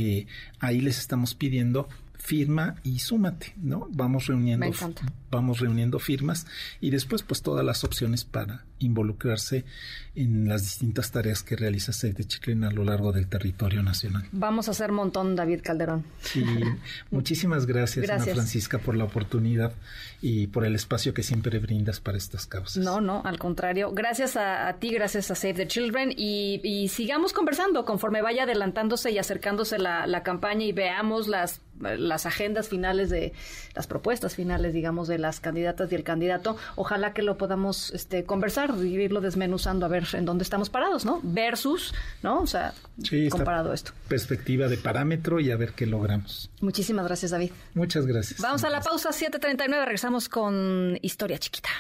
Ahí les estamos pidiendo firma y súmate, ¿no? Vamos reuniendo firmas y después pues todas las opciones para involucrarse en las distintas tareas que realiza Save the Children a lo largo del territorio nacional. Vamos a hacer montón, David Calderón. Sí, muchísimas gracias, Ana Francisca, por la oportunidad y por el espacio que siempre brindas para estas causas. No, al contrario. Gracias a ti, gracias a Save the Children y sigamos conversando conforme vaya adelantándose y acercándose la campaña y veamos las agendas finales de las propuestas finales, digamos, de las candidatas y el candidato. Ojalá que lo podamos conversar y irlo desmenuzando a ver en dónde estamos parados, ¿no? Versus, ¿no? O sea, comparado esto. Perspectiva de parámetro y a ver qué logramos. Muchísimas gracias, David. Muchas gracias. Vamos a la pausa, 7:39, regresamos con Historia Chiquita.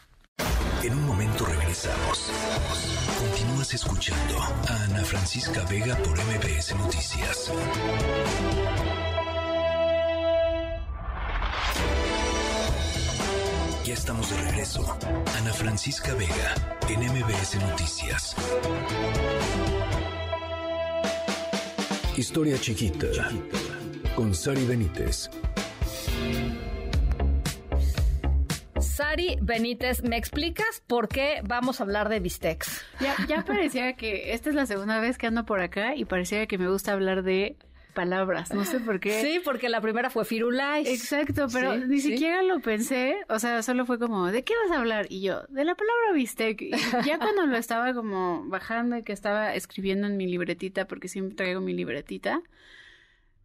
En un momento regresamos. Continúas escuchando a Ana Francisca Vega por MBS Noticias. Ya estamos de regreso. Ana Francisca Vega, en MBS Noticias. Historia Chiquita, con Sari Benítez. Sari Benítez, ¿me explicas por qué vamos a hablar de bistecs? Ya parecía que esta es la segunda vez que ando por acá y parecía que me gusta hablar de palabras, no sé por qué. Sí, porque la primera fue Firulais. Exacto, pero ni siquiera lo pensé, o sea, solo fue como, ¿de qué vas a hablar? Y yo, de la palabra bistec. Y ya cuando lo estaba como bajando y que estaba escribiendo en mi libretita, porque siempre traigo mi libretita,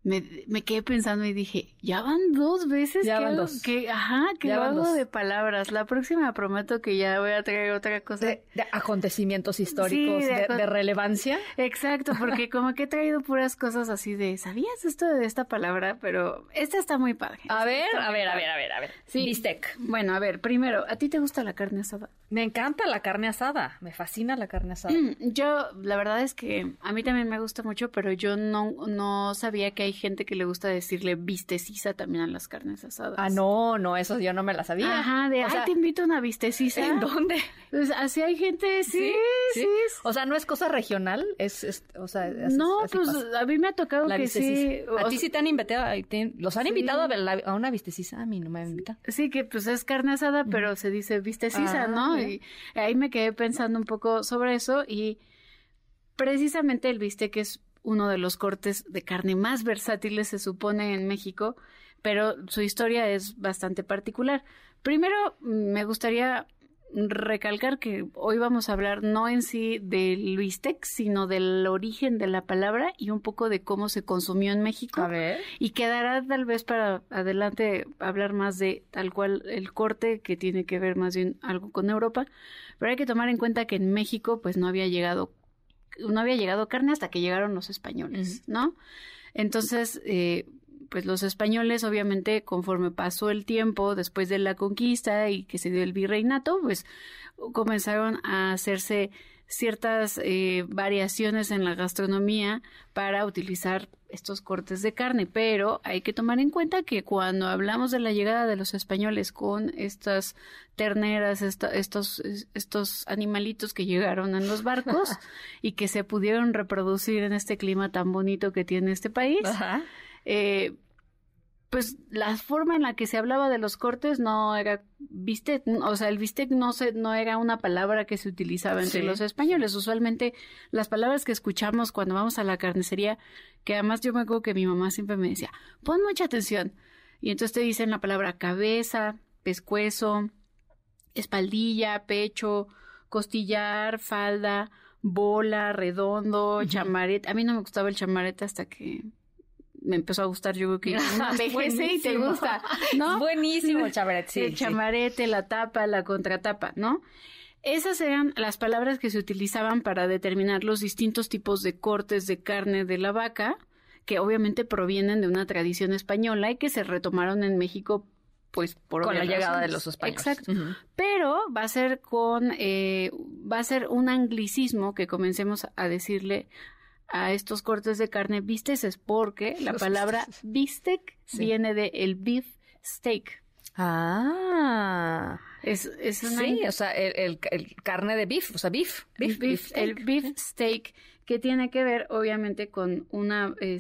me quedé pensando y dije, ya van 2 veces ya van 2. que lo hago de palabras. La próxima prometo que ya voy a traer otra cosa. De acontecimientos históricos, sí, de relevancia. Exacto, porque como que he traído puras cosas así de, ¿sabías esto de esta palabra? Pero esta está muy padre. A ver. Sí. Bistec. Bueno, a ver, primero, ¿a ti te gusta la carne asada? Me encanta la carne asada, me fascina la carne asada. Yo, la verdad es que a mí también me gusta mucho, pero yo no sabía que hay gente que le gusta decirle bisteciza también a las carnes asadas. Ah, no, eso yo no me la sabía. Ajá, te invito a una bisteciza. ¿En dónde? Pues así hay gente, sí. O sea, ¿no es cosa regional? No, pues pasa. A mí me ha tocado la que bisteciza. ¿A ti sí te han invitado? ¿Los han invitado a una bisteciza? A mí no me han invitado. Sí, que pues es carne asada, pero se dice bisteciza, ¿no? Y ahí me quedé pensando un poco sobre eso y precisamente el bistec es uno de los cortes de carne más versátiles, se supone, en México, pero su historia es bastante particular. Primero, me gustaría recalcar que hoy vamos a hablar no en sí del bistec, sino del origen de la palabra y un poco de cómo se consumió en México. A ver. Y quedará tal vez para adelante hablar más de tal cual el corte, que tiene que ver más bien algo con Europa, pero hay que tomar en cuenta que en México pues no había llegado carne hasta que llegaron los españoles, ¿no? Entonces, pues los españoles, obviamente, conforme pasó el tiempo después de la conquista y que se dio el virreinato, pues comenzaron a hacerse ciertas variaciones en la gastronomía para utilizar estos cortes de carne, pero hay que tomar en cuenta que cuando hablamos de la llegada de los españoles con estas terneras, estos animalitos que llegaron en los barcos y que se pudieron reproducir en este clima tan bonito que tiene este país, pues la forma en la que se hablaba de los cortes no era bistec, o sea, el bistec no era una palabra que se utilizaba entre los españoles. Usualmente las palabras que escuchamos cuando vamos a la carnicería, que además yo me acuerdo que mi mamá siempre me decía, pon mucha atención, y entonces te dicen la palabra cabeza, pescuezo, espaldilla, pecho, costillar, falda, bola, redondo, chamarete. A mí no me gustaba el chamarete hasta que me empezó a gustar, yo creo que envejece y te gusta, ¿no? Buenísimo el chamarete, sí. El chamarete, la tapa, la contratapa, ¿no? Esas eran las palabras que se utilizaban para determinar los distintos tipos de cortes de carne de la vaca, que obviamente provienen de una tradición española y que se retomaron en México, pues por con la llegada razones. De los españoles. Exacto. Pero va a ser un anglicismo que comencemos a decirle a estos cortes de carne bisteces, porque la palabra bistec viene de el beef steak. Es una... Sí, o sea, el carne de beef, o sea, beef el beef steak, que tiene que ver obviamente con un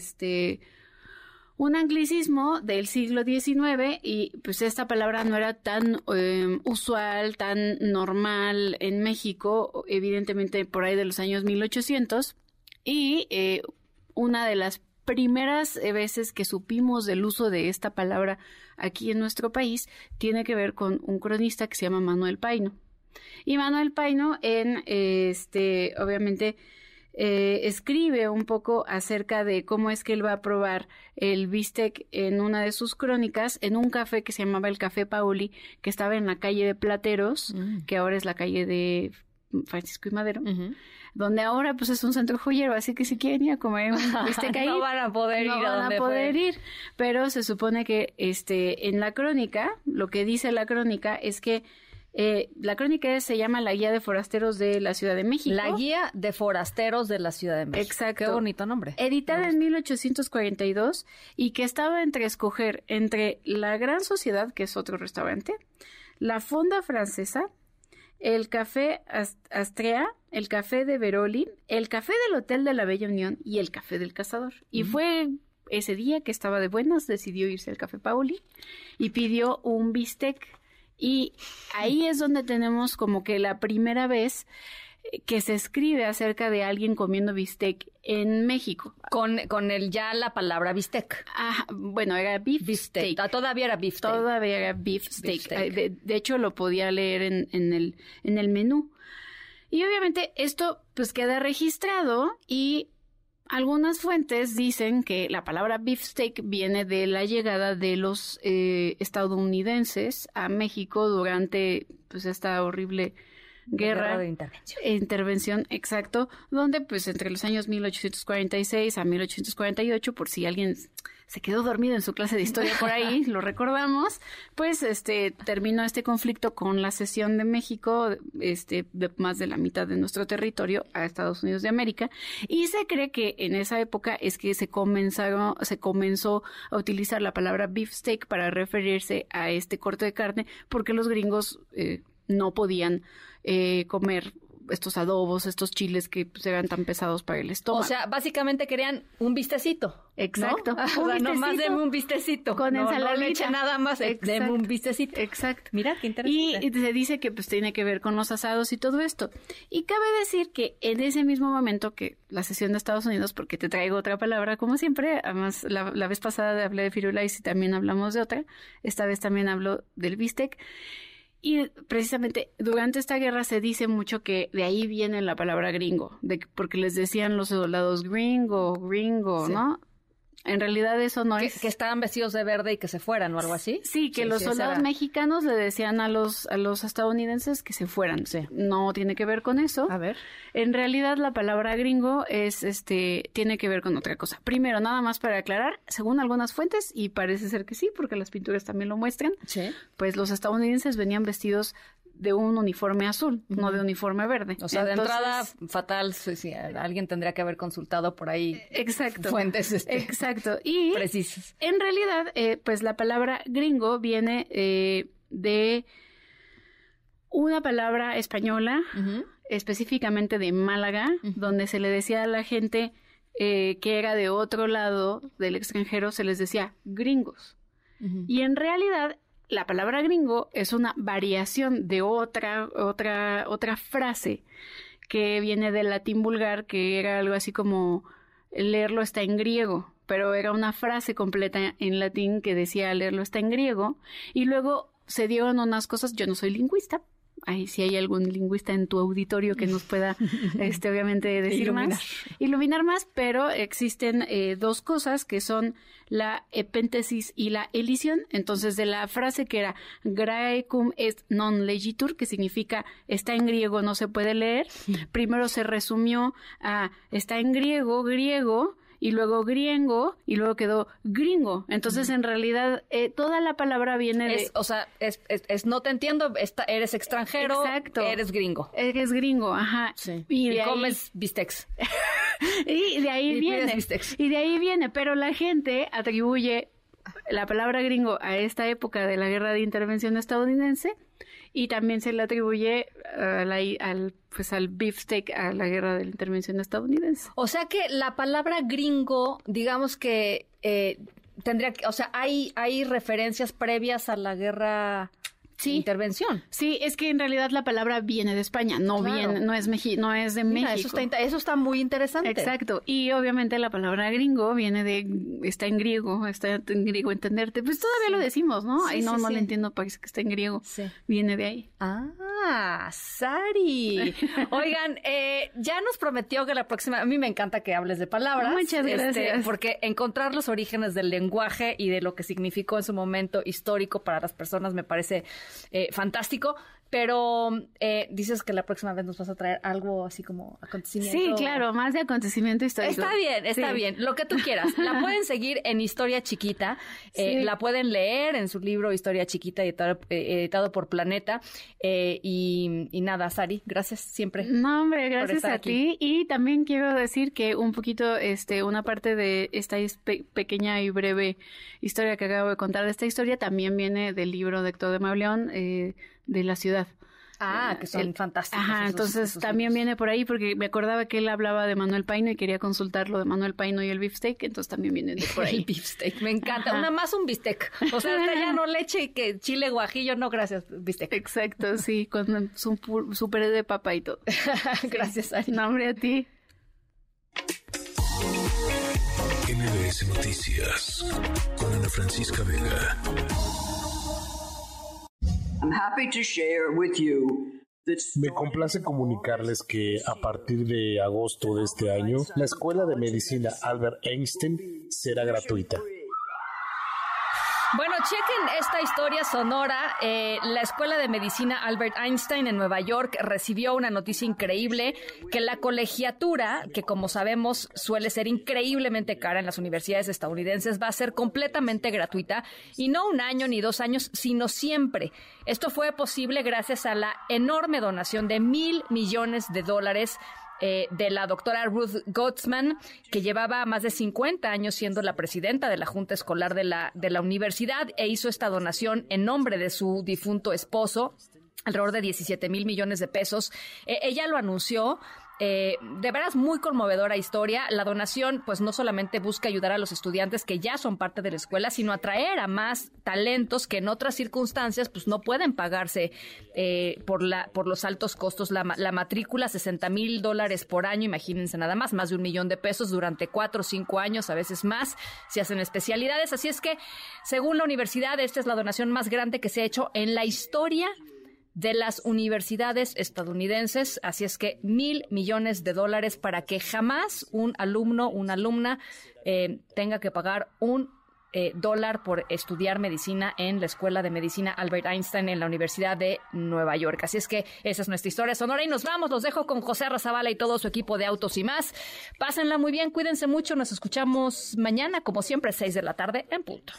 anglicismo del siglo XIX, y pues esta palabra no era tan usual, tan normal en México, evidentemente por ahí de los años 1800, y una de las primeras veces que supimos del uso de esta palabra aquí en nuestro país tiene que ver con un cronista que se llama Manuel Paino. Y Manuel Paino obviamente escribe un poco acerca de cómo es que él va a probar el bistec en una de sus crónicas en un café que se llamaba el Café Paoli, que estaba en la calle de Plateros, que ahora es la calle de Francisco y Madero, donde ahora pues es un centro joyero, así que si quieren ir a comer un bistec ahí, no van a poder ir, pero se supone que en la crónica, lo que dice la crónica es que la crónica se llama La Guía de Forasteros de la Ciudad de México. La Guía de Forasteros de la Ciudad de México. Exacto. Qué bonito nombre. Editada en 1842 y que estaba entre escoger entre La Gran Sociedad, que es otro restaurante, la Fonda Francesa, el Café Astrea, el Café de Veroli, el Café del Hotel de la Bella Unión y el Café del Cazador. Y fue ese día que estaba de buenas, decidió irse al Café Paoli y pidió un bistec. Y ahí es donde tenemos como que la primera vez que se escribe acerca de alguien comiendo bistec en México. Con ya la palabra bistec. Bueno, era beef steak. Todavía era beef steak. Todavía era beef steak. De hecho, lo podía leer en el menú. Y obviamente esto pues queda registrado y Algunas fuentes dicen que la palabra beefsteak viene de la llegada de los estadounidenses a México durante pues esta horrible guerra de intervención, exacto, donde pues entre los años 1846 a 1848, por si alguien se quedó dormido en su clase de historia por ahí, lo recordamos, pues terminó este conflicto con la cesión de México, de más de la mitad de nuestro territorio a Estados Unidos de América, y se cree que en esa época es que se comenzó a utilizar la palabra beefsteak para referirse a este corte de carne, porque los gringos no podían comer estos adobos, estos chiles que pues, eran tan pesados para el estómago. O sea, básicamente querían un bistecito. Exacto. ¿No? O sea, nomás deme un bistecito. Con ensaladita. No le eche nada más, deme un bistecito. Exacto. Mira, qué interesante. Y se dice que pues tiene que ver con los asados y todo esto. Y cabe decir que en ese mismo momento que la cesión de Estados Unidos, porque te traigo otra palabra como siempre, además la vez pasada hablé de firulais y también hablamos de otra, esta vez también hablo del bistec. Y precisamente durante esta guerra se dice mucho que de ahí viene la palabra gringo, porque les decían los soldados gringo, sí. ¿No? En realidad eso no es... Que estaban vestidos de verde y que se fueran o algo así. Sí, que los soldados mexicanos le decían a los estadounidenses que se fueran. Sí. No tiene que ver con eso. A ver. En realidad la palabra gringo es tiene que ver con otra cosa. Primero, nada más para aclarar, según algunas fuentes, y parece ser que sí, porque las pinturas también lo muestran, sí, pues los estadounidenses venían vestidos de un uniforme azul, no de uniforme verde. O sea, entonces, de entrada, fatal, sí, alguien tendría que haber consultado por ahí. Exacto. Fuentes exacto. Y precisas. En realidad, pues la palabra gringo viene de una palabra española, específicamente de Málaga, donde se le decía a la gente que era de otro lado del extranjero, se les decía gringos. Y en realidad la palabra gringo es una variación de otra frase que viene del latín vulgar, que era algo así como leerlo está en griego, pero era una frase completa en latín que decía leerlo está en griego, y luego se dieron unas cosas, yo no soy lingüista, ahí si hay algún lingüista en tu auditorio que nos pueda obviamente decir iluminar más, pero existen dos cosas que son la epéntesis y la elisión. Entonces, de la frase que era Graecum est non legitur, que significa está en griego, no se puede leer, primero se resumió a está en griego, y luego griego, y luego quedó gringo. Entonces, en realidad, toda la palabra viene de... O sea, no te entiendo, eres extranjero, exacto, eres gringo. Eres gringo, ajá. Sí. Y comes bistecs. Y de ahí viene. Y de ahí viene, pero la gente atribuye la palabra gringo a esta época de la guerra de intervención estadounidense, y también se le atribuye al beefsteak a la guerra de la intervención estadounidense. O sea que la palabra gringo, digamos que tendría que, o sea, hay referencias previas a la guerra de intervención. Sí, es que en realidad la palabra viene de España, no es de Mira, México. Eso está muy interesante. Exacto. Y obviamente la palabra gringo viene está en griego entenderte. Pues todavía lo decimos, ¿no? Sí, Ay, no le entiendo, parece que está en griego. Sí. Viene de ahí. Ah, Sari. Oigan, ya nos prometió que la próxima, a mí me encanta que hables de palabras. Muchas gracias. Porque encontrar los orígenes del lenguaje y de lo que significó en su momento histórico para las personas me parece fantástico, pero dices que la próxima vez nos vas a traer algo así como acontecimiento. Sí, claro, más de acontecimiento histórico. Está bien, lo que tú quieras. La pueden seguir en Historia Chiquita, la pueden leer en su libro Historia Chiquita, editado por Planeta, y nada, Sari, gracias siempre. No, hombre, gracias a ti, y también quiero decir que un poquito, una parte de esta pequeña y breve historia que acabo de contar de esta historia también viene del libro de Héctor de Mauleón, de La Ciudad. Que son fantásticos. Ajá, entonces también viene por ahí porque me acordaba que él hablaba de Manuel Paino y quería consultar lo de Manuel Paino y el beefsteak, entonces también viene de por ahí. El beefsteak, me encanta. Una más un bistec. O sea, ya no leche y que chile guajillo, no, gracias, bistec. Exacto, sí, con su puré de papa y todo. Gracias, Ari. No, hombre, a ti. MBS Noticias con Ana Francisca Vega. I'm happy to share with you Me complace comunicarles que a partir de agosto de este año, la Escuela de Medicina Albert Einstein será gratuita. Bueno, chequen esta historia sonora. La Escuela de Medicina Albert Einstein en Nueva York recibió una noticia increíble, que la colegiatura, que como sabemos suele ser increíblemente cara en las universidades estadounidenses, va a ser completamente gratuita, y no 1 año ni 2 años, sino siempre. Esto fue posible gracias a la enorme donación de $1,000 millones de la doctora Ruth Gottsman, que llevaba más de 50 años siendo la presidenta de la Junta Escolar de la universidad, e hizo esta donación en nombre de su difunto esposo, alrededor de $17,000 millones. Ella lo anunció. De veras muy conmovedora historia. La donación pues no solamente busca ayudar a los estudiantes que ya son parte de la escuela, sino atraer a más talentos que en otras circunstancias pues no pueden pagarse por los altos costos. La matrícula, $60,000 por año, imagínense nada más de $1 millón durante 4 o 5 años, a veces más, si hacen especialidades. Así es que, según la universidad, esta es la donación más grande que se ha hecho en la historia de las universidades estadounidenses. Así es que $1,000 millones para que jamás un alumno, una alumna tenga que pagar $1 por estudiar medicina en la Escuela de Medicina Albert Einstein en la Universidad de Nueva York. Así es que esa es nuestra historia sonora, y nos vamos. Los dejo con José Razabala y todo su equipo de Autos y Más. Pásenla muy bien, cuídense mucho. Nos escuchamos mañana, como siempre, 6 de la tarde en punto.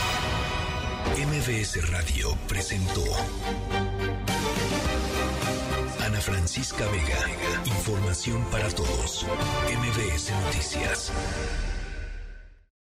MBS Radio presentó Ana Francisca Vega. Información para todos. MBS Noticias.